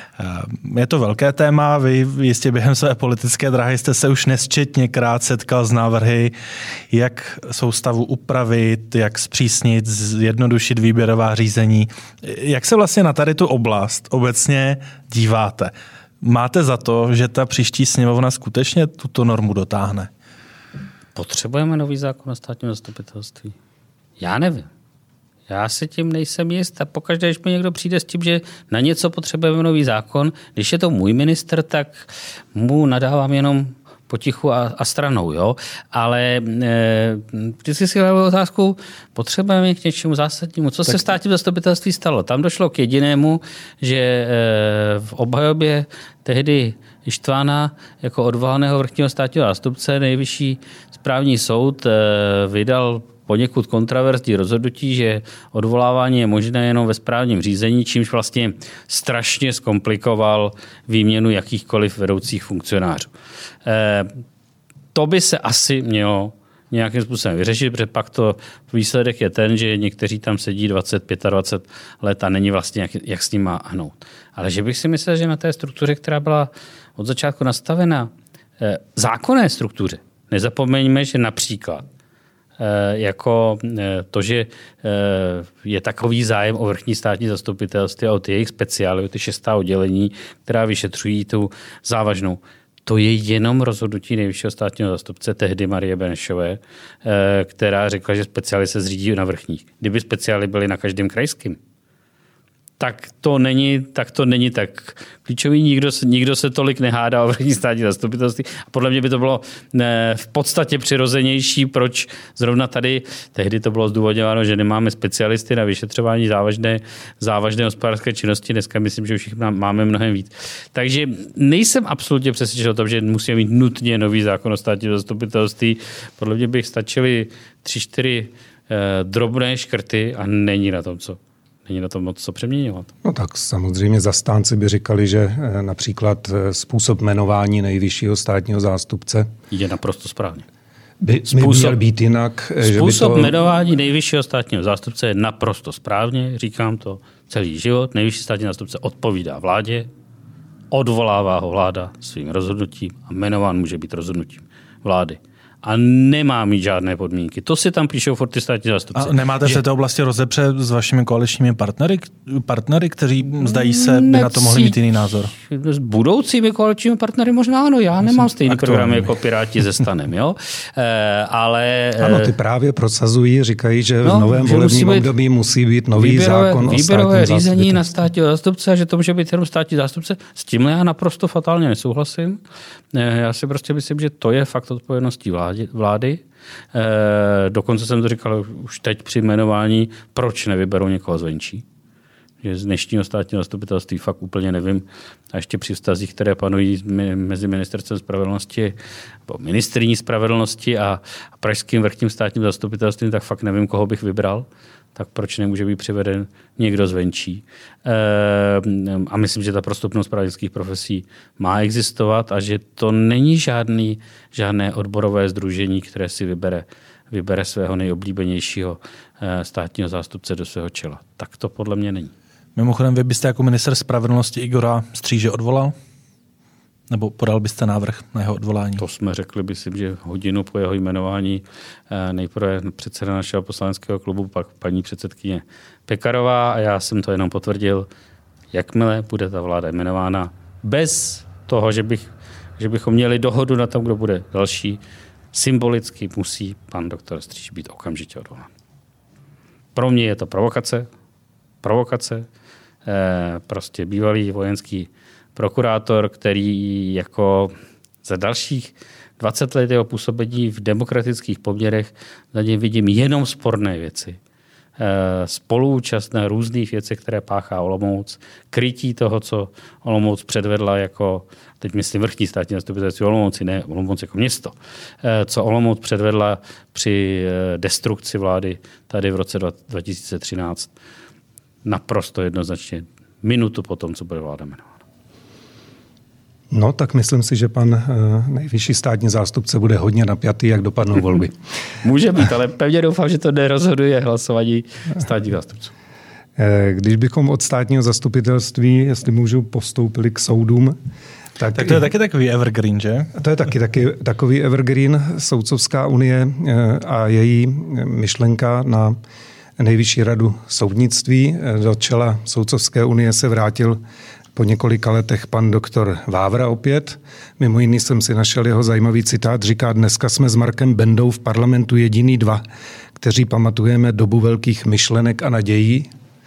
Je to velké téma, vy jistě během své politické dráhy jste se už nesčetněkrát setkal s návrhy, jak soustavu upravit, jak zpřísnit, zjednodušit výběrová řízení. Jak se vlastně na tady tu oblast obecně díváte? Máte za to, že ta příští sněmovna skutečně tuto normu dotáhne? Potřebujeme nový zákon o státním zastupitelství? Já nevím. Já se tím nejsem jist a pokaždé, když mi někdo přijde s tím, že na něco potřebujeme nový zákon, když je to můj ministr, tak mu nadávám jenom potichu a stranou. Jo? Ale vždycky si kladu otázku, potřebujeme k něčemu zásadnímu. Co se v státním zastupitelství stalo? Tam došlo k jedinému, že v obhajobě tehdy Ištvána jako odvolaného vrchního státního zástupce Nejvyšší správní soud vydal poněkud kontroverzní rozhodnutí, že odvolávání je možné jenom ve správním řízení, čímž vlastně strašně zkomplikoval výměnu jakýchkoliv vedoucích funkcionářů. To by se asi mělo nějakým způsobem vyřešit, protože pak to výsledek je ten, že někteří tam sedí 20, 25 let a není vlastně jak s ním má hnout. Ale že bych si myslel, že na té struktuře, která byla od začátku nastavena, zákonné struktuře, nezapomeňme, že například jako to, že je takový zájem o vrchní státní zastupitelství a o ty jejich speciály, o ty 6. oddělení, která vyšetřují tu závažnou. To je jenom rozhodnutí nejvyššího státního zástupce, tehdy Marie Benešové, která řekla, že speciály se zřídí na vrchních. Kdyby speciály byly na každém krajském, tak to není tak klíčový. Nikdo se tolik nehádá o vrchní státní zastupitelství. A podle mě by to bylo v podstatě přirozenější, proč zrovna tady, tehdy to bylo zdůvodňováno, že nemáme specialisty na vyšetřování závažné hospodářské činnosti. Dneska myslím, že už jich máme mnohem víc. Takže nejsem absolutně přesvědčen o tom, že musíme mít nutně nový zákon o státním zastupitelství. Podle mě by stačily 3-4 drobné škrty a není na tom moc co přeměňovat. No tak samozřejmě zastánci by říkali, že například způsob jmenování nejvyššího státního zástupce je naprosto správně. By měl být jinak. Způsob jmenování nejvyššího státního zástupce je naprosto správně, říkám to celý život. Nejvyšší státní zástupce odpovídá vládě, odvolává ho vláda svým rozhodnutím a jmenován může být rozhodnutím vlády. A nemá mít žádné podmínky. To si tam píšou furt ty státní zástupci. A nemáte se to oblasti rozepře s vašimi koaličními partnery, kteří zdají se, by na to mohli mít jiný názor? S budoucími koaličními partnery možná ano. Já nemám stejný program jako Piráti se STANem. Jo? Ale... Ano, ty právě prosazují, říkají, že v novém volebním období musí být nový zákon o výběrové řízení na státního zástupce a že to může být jenom státní zástupce. S tímhle já naprosto fatálně nesouhlasím. Já si prostě myslím, že to je fakt odpovědností vlády. Dokonce jsem to říkal už teď při jmenování, proč nevyberou někoho zvenčí. Že z dnešního státního zastupitelství fakt úplně nevím. A ještě při vztazích, které panují mezi ministerstvem spravedlnosti, ministryní spravedlnosti a pražským vrchním státním zastupitelstvím, tak fakt nevím, koho bych vybral. Tak proč nemůže být přiveden někdo zvenčí. A myslím, že ta prostupnost právnických profesí má existovat a že to není žádné odborové sdružení, které si vybere svého nejoblíbenějšího státního zástupce do svého čela. Tak to podle mě není. Mimochodem, vy byste jako minister spravedlnosti Igora Stříže odvolal? Nebo podal byste návrh na jeho odvolání? To jsme řekli, myslím, že hodinu po jeho jmenování nejprve předseda našeho poslaneckého klubu, pak paní předsedkyně Pekarová a já jsem to jenom potvrdil, jakmile bude ta vláda jmenována, bez toho, že bychom měli dohodu na tom, kdo bude další, symbolicky musí pan doktor Stříž být okamžitě odvolán. Pro mě je to provokace, prostě bývalý vojenský prokurátor, který jako za dalších 20 let jeho působení v demokratických poměrech na něm vidím jenom sporné věci. Spoluúčast na různých věcech, které páchá Olomouc, krytí toho, co Olomouc předvedla jako, teď myslím vrchní státní zastupitelství Olomouci, ne Olomouc jako město, co Olomouc předvedla při destrukci vlády tady v roce 2013. Naprosto jednoznačně minutu po tom, co bude vláda jmenována. No, tak myslím si, že pan nejvyšší státní zástupce bude hodně napjatý, jak dopadnou volby. Může být, ale pevně doufám, že to nerozhoduje hlasování státních zástupců. Když bychom od státního zastupitelství, jestli můžu, postoupili k soudům, tak to je taky takový evergreen, že? To je taky takový evergreen, Soudcovská unie a její myšlenka na Nejvyšší radu soudnictví. Do čela Soudcovské unie se vrátil po několika letech pan doktor Vávra opět. Mimo jiný jsem si našel jeho zajímavý citát. Říká, dneska jsme s Markem Bendou v parlamentu jediný dva, kteří pamatujeme dobu velkých myšlenek a nadějí.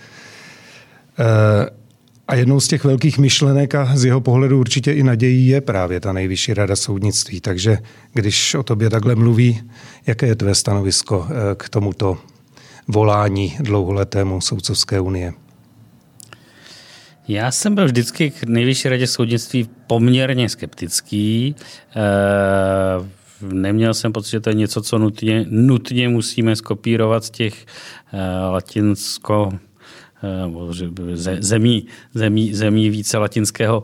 A jednou z těch velkých myšlenek a z jeho pohledu určitě i nadějí je právě ta Nejvyšší rada soudnictví. Takže když o tobě takhle mluví, jaké je tvé stanovisko k tomuto volání dlouholetému Soudcovské unie? Já jsem byl vždycky k Nejvyšší radě soudnictví poměrně skeptický. neměl jsem pocit, že to je něco, co nutně musíme skopírovat z těch zemí více latinského,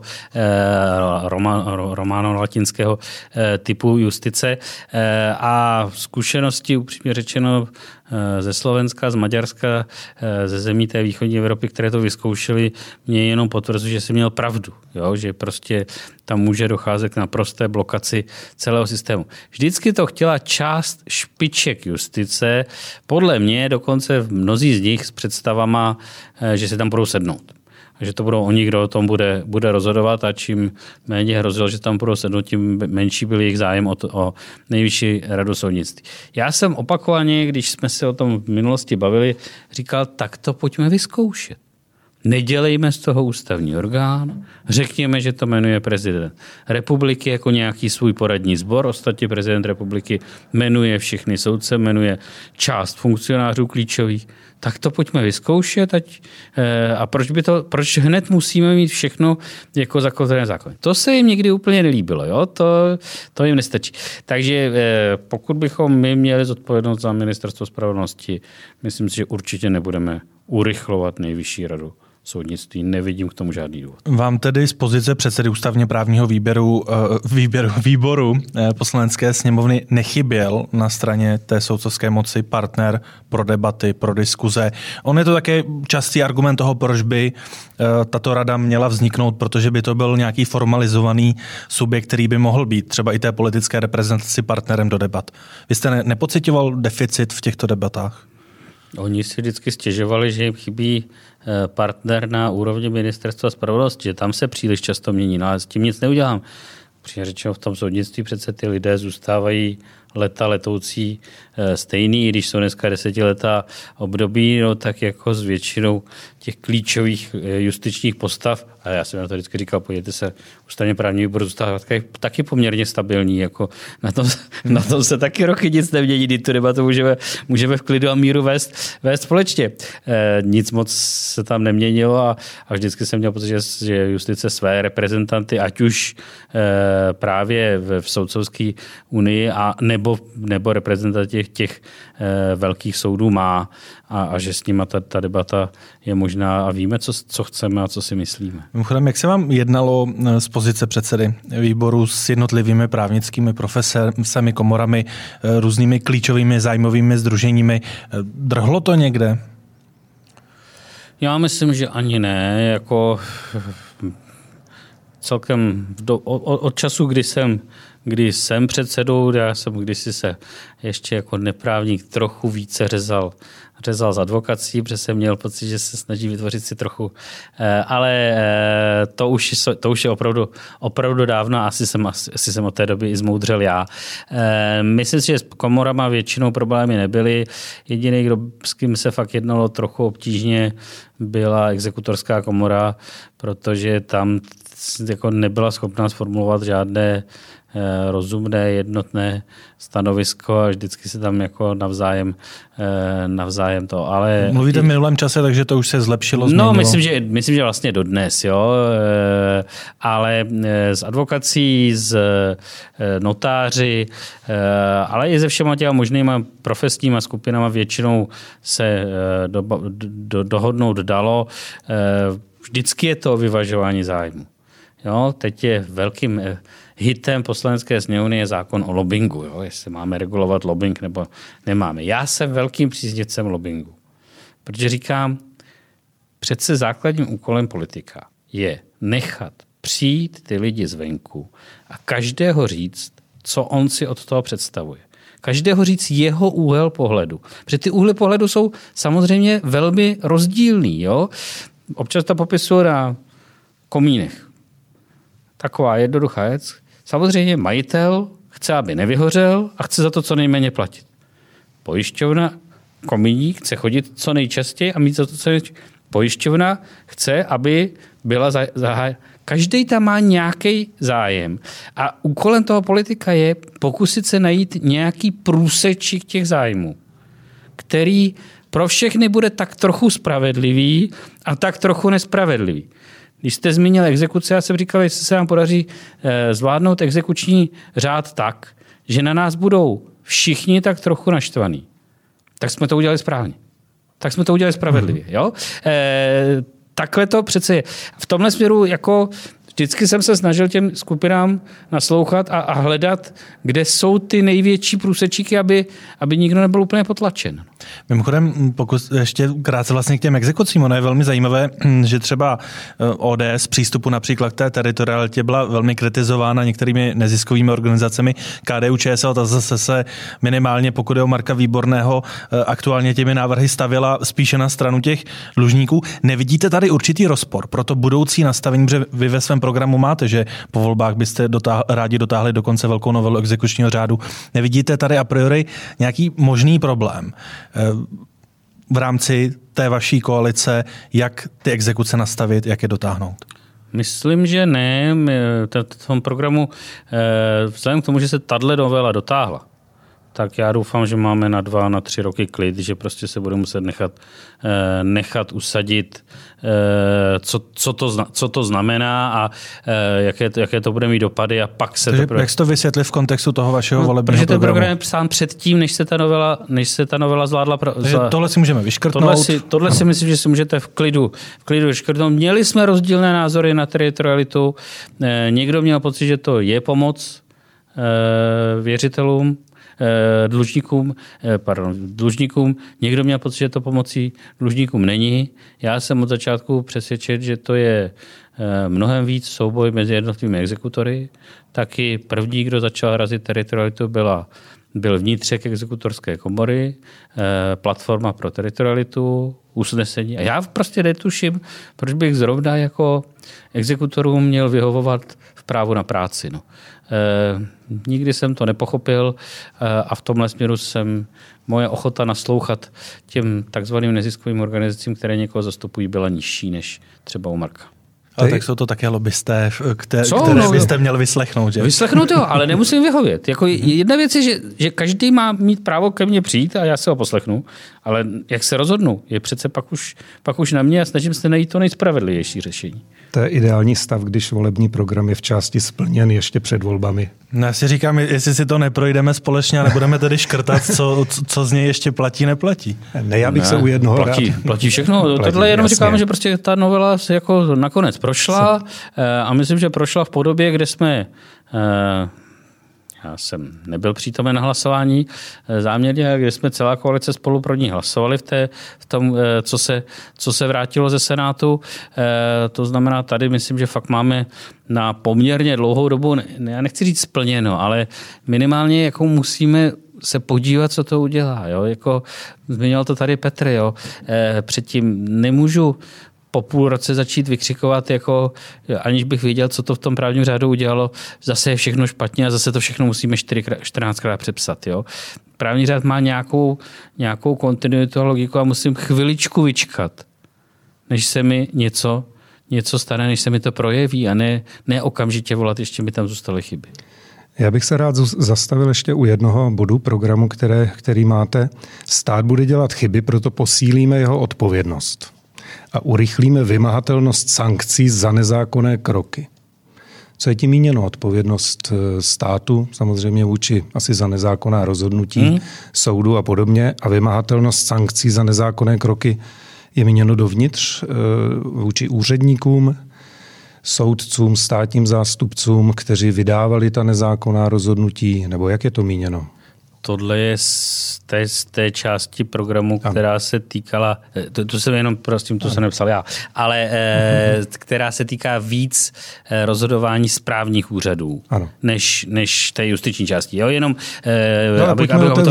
románo-latinského typu justice. A zkušenosti, upřímně řečeno, ze Slovenska, z Maďarska, ze zemí té východní Evropy, které to vyzkoušely, mě jenom potvrzují, že jsem měl pravdu. Jo? Že prostě tam může docházet k naprosté blokaci celého systému. Vždycky to chtěla část špiček justice, podle mě dokonce mnozí z nich s představama, že se tam budou sednout. Že to budou oni, kdo o tom bude rozhodovat, a čím méně hrozilo, že tam budou sednout, tím menší byl jejich zájem o nejvyšší radu soudnictví. Já jsem opakovaně, když jsme se o tom v minulosti bavili, říkal, tak to pojďme vyzkoušet. Nedělejme z toho ústavní orgán, řekněme, že to jmenuje prezident republiky jako nějaký svůj poradní sbor. Ostatně prezident republiky jmenuje všechny soudce, jmenuje část funkcionářů klíčových. Tak to pojďme vyzkoušet. A proč hned musíme mít všechno jako zakotvené zákony? To se jim nikdy úplně nelíbilo. Jo? To jim nestačí. Takže pokud bychom my měli zodpovědnost za ministerstvo spravedlnosti, myslím si, že určitě nebudeme urychlovat nejvyšší radu soudnictví. Nevidím k tomu žádný důvod. Vám tedy z pozice předsedy ústavně právního výboru Poslanecké sněmovny nechyběl na straně té soudcovské moci partner pro debaty, pro diskuze. On je to také častý argument toho, proč by tato rada měla vzniknout, protože by to byl nějaký formalizovaný subjekt, který by mohl být třeba i té politické reprezentaci partnerem do debat. Vy jste nepocitoval deficit v těchto debatách? Oni si vždycky stěžovali, že jim chybí partner na úrovni ministerstva spravedlnosti, že tam se příliš často mění, no ale s tím nic neudělám. Přímě řečeno, v tom soudnictví přece ty lidé zůstávají letoucí stejný, když jsou dneska 10letá období, no tak jako s většinou těch klíčových justičních postav, a já jsem na to vždycky říkal, podívejte se, ústavně právní výbor zůstává taky poměrně stabilní, jako na tom se taky roky nic nemění, kdy tu debatu můžeme v klidu a míru vést společně. Nic moc se tam neměnilo a vždycky jsem měl pocit, že justice své reprezentanty, ať už právě v soudcovské unii a nebo reprezentanty těch velkých soudů má a že s nima ta debata je možná a víme, co chceme a co si myslíme. Mimochodem, jak se vám jednalo z pozice předsedy výboru s jednotlivými právnickými profesemi, komorami, různými klíčovými zájmovými sdruženími? Drhlo to někde? Já myslím, že ani ne. Jako celkem od času, kdy jsem předsedou, já jsem kdysi se ještě jako neprávník trochu více řezal z advokací, protože jsem měl pocit, že se snaží vytvořit si trochu, ale to už je opravdu dávno a asi jsem od té doby i zmoudřel já. Myslím si, že s komorama většinou problémy nebyly. Jediný, s kým se fakt jednalo trochu obtížně, byla exekutorská komora, protože tam jako nebyla schopná sformulovat žádné rozumné, jednotné stanovisko a vždycky se tam jako navzájem to, ale... Mluvíte v minulém čase, takže to už se zlepšilo, změnilo? No, myslím, že vlastně dodnes, jo, ale s advokací, s notáři, ale i se všema těma možnýma profesníma skupinama většinou se dohodnout dalo. Vždycky je to o vyvažování zájmu. Jo, teď je velkým hitem Poslanecké sněmovny je zákon o lobbingu. Jo, jestli máme regulovat lobbying nebo nemáme. Já jsem velkým příznivcem lobbingu. Protože říkám, přece základním úkolem politika je nechat přijít ty lidi zvenku a každého říct, co on si od toho představuje. Každého říct jeho úhel pohledu. Protože ty úhly pohledu jsou samozřejmě velmi rozdílný. Jo? Občas to popisuju na komínech. Taková jednoduchá věc. Samozřejmě majitel chce, aby nevyhořel a chce za to co nejméně platit. Pojišťovna, komíník chce chodit co nejčastěji a mít za to co nejčastěji. Pojišťovna chce, aby byla zahájena. Každý tam má nějaký zájem. A úkolem toho politika je pokusit se najít nějaký průsečík těch zájmů, který pro všechny bude tak trochu spravedlivý a tak trochu nespravedlivý. Když jste zmínil exekuce, já jsem říkal, jestli se nám podaří zvládnout exekuční řád tak, že na nás budou všichni tak trochu naštvaní, tak jsme to udělali správně. Tak jsme to udělali spravedlivě. Jo? Takhle to přece je. V tomhle směru jako vždycky jsem se snažil těm skupinám naslouchat a hledat, kde jsou ty největší průsečíky, aby nikdo nebyl úplně potlačen. Mimochodem, ještě krátce vlastně k těm exekucím, ono je velmi zajímavé, že třeba ODS přístupu například k té teritorialitě byla velmi kritizována některými neziskovými organizacemi. KDU-ČSL ta zase se minimálně, pokud je o Marka Výborného, aktuálně těmi návrhy stavěla spíše na stranu těch dlužníků. Nevidíte tady určitý rozpor pro to budoucí nastavení, protože vy ve svém programu máte, že po volbách byste rádi dotáhli dokonce velkou novelu exekučního řádu. Nevidíte tady a priori nějaký možný problém v rámci té vaší koalice, jak ty exekuce nastavit, jak je dotáhnout? Myslím, že ne. V tom programu, vzhledem k tomu, že se tato novela dotáhla, tak já doufám, že máme na 2, na 3 roky klid, že prostě se bude muset nechat usadit, co to znamená a jaké to bude mít dopady a pak se takže jak jsi to vysvětlit v kontextu toho vašeho volebního protože ten programu? program je psán předtím, než se ta novela zvládla. Tohle si můžeme vyškrtnout. Tohle si myslím, že si můžete v klidu vyškrtnout. Měli jsme rozdílné názory na teritorialitu. Někdo měl pocit, že to je pomoc věřitelům, dlužníkům. Někdo měl pocit, že to pomocí dlužníkům není. Já jsem od začátku přesvědčen, že to je mnohem víc souboj mezi jednotlivými exekutory. Taky první, kdo začal razit teritorialitu, byl vnitřek exekutorské komory, platforma pro teritorialitu, usnesení. A já prostě netuším, proč bych zrovna jako exekutorům měl vyhovovat v právu na práci. No. Nikdy jsem to nepochopil a v tomhle směru moje ochota naslouchat těm takzvaným neziskovým organizacím, které někoho zastupují, byla nižší než třeba u Marka. Ale tak jsou to také lobbysté, které byste měl vyslechnout, že? Vyslechnout jo, ale nemusím vyhovět. Jako jedna věc je, že každý má mít právo ke mně přijít a já se ho poslechnu, ale jak se rozhodnu, je přece pak už na mě a snažím se najít to nejspravedlivější řešení. To je ideální stav, když volební program je v části splněn ještě před volbami. No, já si říkám, jestli si to neprojdeme společně a nebudeme tedy škrtat, co z něj ještě platí, neplatí. Ne, já bych se u jednoho platí všechno. Tohle jenom říkáme, že prostě ta novela se jako nakonec prošla a myslím, že prošla v podobě, kde jsme... Já jsem nebyl přítomen na hlasování záměrně, kde jsme celá koalice spolu pro ní hlasovali v tom, co se vrátilo ze Senátu. To znamená, tady myslím, že fakt máme na poměrně dlouhou dobu, já nechci říct splněno, ale minimálně jako musíme se podívat, co to udělá. Jo? Jako, zmiňoval to tady Petr. Jo? Předtím nemůžu po půl roce začít vykřikovat, jako, aniž bych věděl, co to v tom právním řádu udělalo, zase je všechno špatně a zase to všechno musíme 14krát přepsat. Jo? Právní řád má nějakou kontinuitu a logiku a musím chviličku vyčkat, než se mi něco stane, než se mi to projeví a ne okamžitě volat, ještě mi tam zůstaly chyby. Já bych se rád zastavil ještě u jednoho bodu programu, který máte. Stát bude dělat chyby, proto posílíme jeho odpovědnost a urychlíme vymahatelnost sankcí za nezákonné kroky. Co je tím míněno? Odpovědnost státu, samozřejmě vůči asi za nezákonná rozhodnutí soudu a podobně, a vymahatelnost sankcí za nezákonné kroky je míněno dovnitř vůči úředníkům, soudcům, státním zástupcům, kteří vydávali ta nezákonná rozhodnutí, nebo jak je to míněno? Tohle je z té části programu, která se týkala, to jsem jenom prosím, to jsem nepsal já, ale která se týká víc rozhodování správních úřadů, než té justiční části. Jo, jenom, abych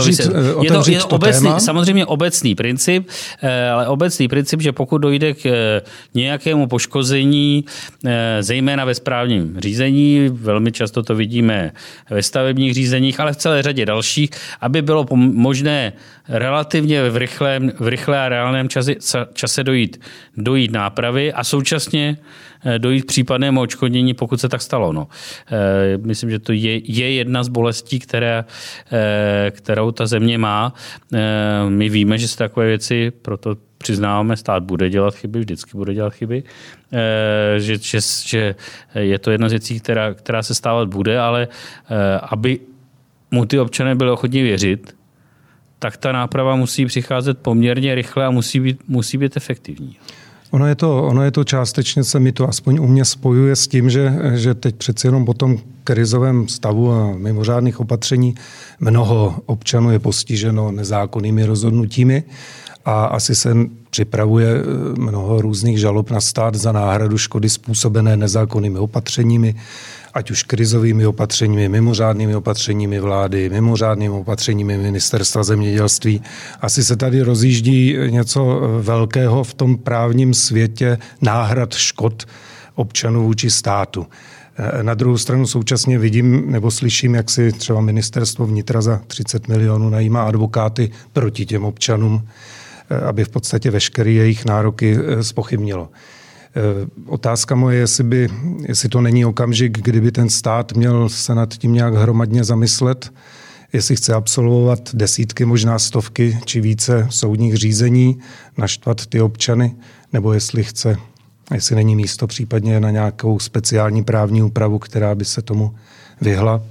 to je to obecný, samozřejmě obecný princip, ale obecný princip, že pokud dojde k nějakému poškození, zejména ve správním řízení, velmi často to vidíme ve stavebních řízeních, ale v celé řadě dalších, aby bylo možné relativně v rychlé a reálném čase dojít nápravy a současně dojít k případnému odškodnění, pokud se tak stalo. No. Myslím, že to je jedna z bolestí, kterou ta země má. My víme, že se takové věci, proto přiznáváme, stát bude dělat chyby, vždycky bude dělat chyby, že je to jedna z věcí, která se stávat bude, ale aby mu ty občané byli ochotní věřit, tak ta náprava musí přicházet poměrně rychle a musí být efektivní. Ono je to částečně, se mi to aspoň u mě spojuje s tím, že teď přeci jenom po tom krizovém stavu a mimořádných opatření mnoho občanů je postiženo nezákonnými rozhodnutími a asi se připravuje mnoho různých žalob na stát za náhradu škody způsobené nezákonnými opatřeními, ať už krizovými opatřeními, mimořádnými opatřeními vlády, mimořádnými opatřeními ministerstva zemědělství. Asi se tady rozjíždí něco velkého v tom právním světě náhrad škod občanů vůči státu. Na druhou stranu současně vidím nebo slyším, jak si třeba ministerstvo vnitra za 30 milionů najímá advokáty proti těm občanům, aby v podstatě veškeré jejich nároky zpochybnilo. Otázka moje, jestli to není okamžik, kdyby ten stát měl se nad tím nějak hromadně zamyslet, jestli chce absolvovat desítky, možná stovky či více soudních řízení, naštvat ty občany, nebo jestli není místo případně na nějakou speciální právní úpravu, která by se tomu vyhla.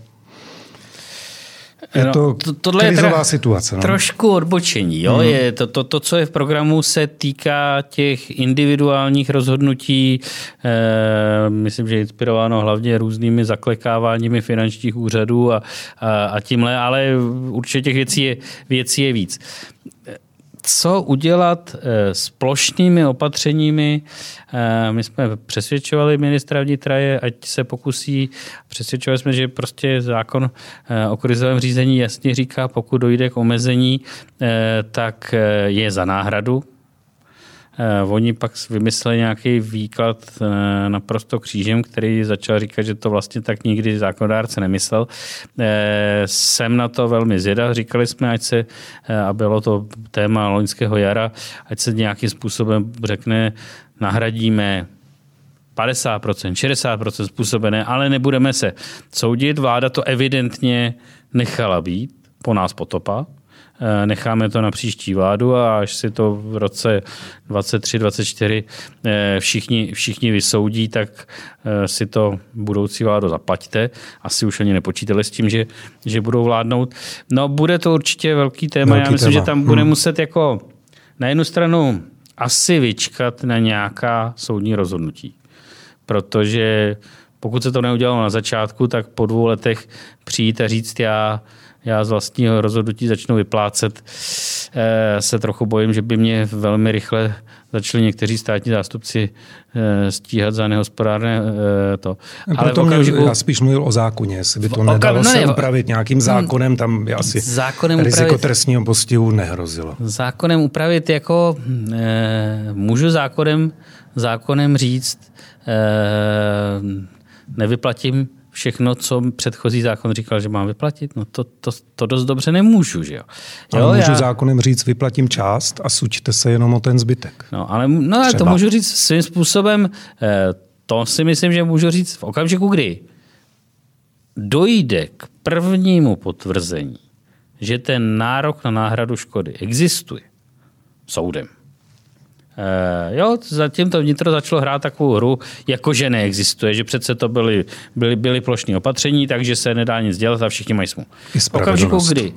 Je to krizová situace. No? Trošku odbočení. Jo? Je to, co je v programu, se týká těch individuálních rozhodnutí. Myslím, že je inspirováno hlavně různými zaklekáváními finančních úřadů a tímhle, ale určitě těch věcí je víc. Co udělat s plošnými opatřeními? My jsme přesvědčovali ministra vnitra, ať se pokusí. Přesvědčovali jsme, že prostě zákon o krizovém řízení jasně říká, pokud dojde k omezení, tak je za náhradu. Oni pak vymysleli nějaký výklad naprosto křížem, který začal říkat, že to vlastně tak nikdy zákonodárce nemyslel. Jsem na to velmi zvědav. Říkali jsme, a bylo to téma loňského jara, ať se nějakým způsobem řekne, nahradíme 50%, 60% způsobené, ale nebudeme se soudit. Vláda to evidentně nechala být, po nás potopa. Necháme to na příští vládu a až si to v roce 2023-2024 všichni vysoudí, tak si to budoucí vládu zaplaťte. Asi už ani nepočítali s tím, že budou vládnout. No, bude to určitě velký téma. Já myslím, že tam bude muset jako na jednu stranu asi vyčkat na nějaká soudní rozhodnutí. Protože pokud se to neudělalo na začátku, tak po 2 letech přijít a říct, já z vlastního rozhodnutí začnu vyplácet, se trochu bojím, že by mě velmi rychle začali někteří státní zástupci stíhat za nehospodárné to. Ale já spíš mluvil o zákoně, jestli by to nedalo se upravit nějakým zákonem, tam by asi riziko trestního postihu nehrozilo. Zákonem upravit jako můžu zákonem říct, nevyplatím všechno, co předchozí zákon říkal, že mám vyplatit, no to dost dobře nemůžu, že jo. Ale můžu zákonem říct, vyplatím část a suďte se jenom o ten zbytek. No, ale to můžu říct svým způsobem, to si myslím, že můžu říct v okamžiku, kdy dojde k prvnímu potvrzení, že ten nárok na náhradu škody existuje soudem. Zatím to vnitro začalo hrát takovou hru, jakože neexistuje, že přece to byly plošné opatření, takže se nedá nic dělat a všichni mají smůlu. V okamžiku,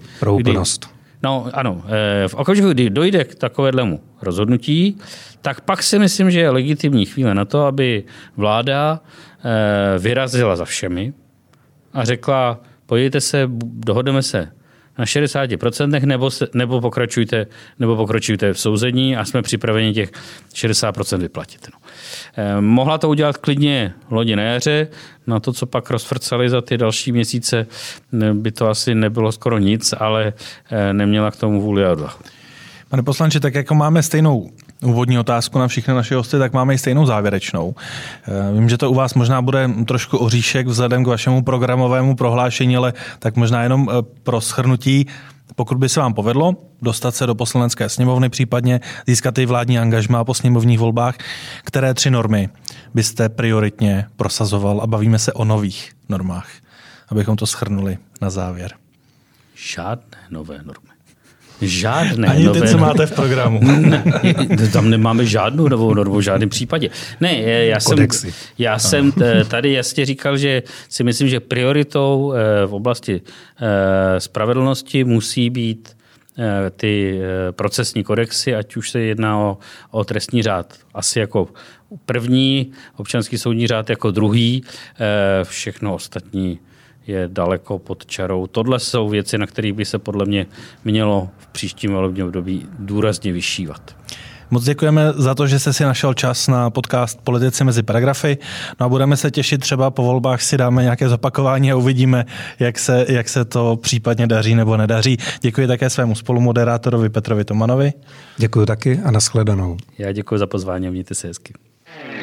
v okamžiku, kdy dojde k takovému rozhodnutí, tak pak si myslím, že je legitimní chvíle na to, aby vláda vyrazila za všemi a řekla, podívejte se, dohodneme se na 60%, nebo pokračujte v souzení a jsme připraveni těch 60% vyplatit. No. Mohla to udělat klidně loni na jaře, na to, co pak rozfrcali za ty další měsíce, by to asi nebylo skoro nic, ale neměla k tomu vůli a odvahu. Pane poslanče, tak jako máme stejnou úvodní otázku na všechny naše hosty, tak máme i stejnou závěrečnou. Vím, že to u vás možná bude trošku oříšek vzhledem k vašemu programovému prohlášení, ale tak možná jenom pro shrnutí, pokud by se vám povedlo dostat se do Poslanecké sněmovny, případně získat i vládní angažmá po sněmovních volbách, které 3 normy byste prioritně prosazoval a bavíme se o nových normách, abychom to shrnuli na závěr. Žádné nové normy. žádné ani nové... ty, co máte v programu. Ne, tam nemáme žádnou novou normu, v žádném případě. Ne, já jsem tady jasně říkal, že si myslím, že prioritou v oblasti spravedlnosti musí být ty procesní kodexy, ať už se jedná o trestní řád. Asi jako první, občanský soudní řád jako druhý, všechno ostatní je daleko pod čarou. Tohle jsou věci, na kterých by se podle mě mělo v příštím volebním období důrazně vyšívat. Moc děkujeme za to, že jste si našel čas na podcast Politici mezi paragrafy. No a budeme se těšit, třeba po volbách si dáme nějaké zopakování a uvidíme, jak se to případně daří nebo nedaří. Děkuji také svému spolumoderátorovi Petrovi Tomanovi. Děkuji taky a nashledanou. Já děkuji za pozvání a mějte se hezky.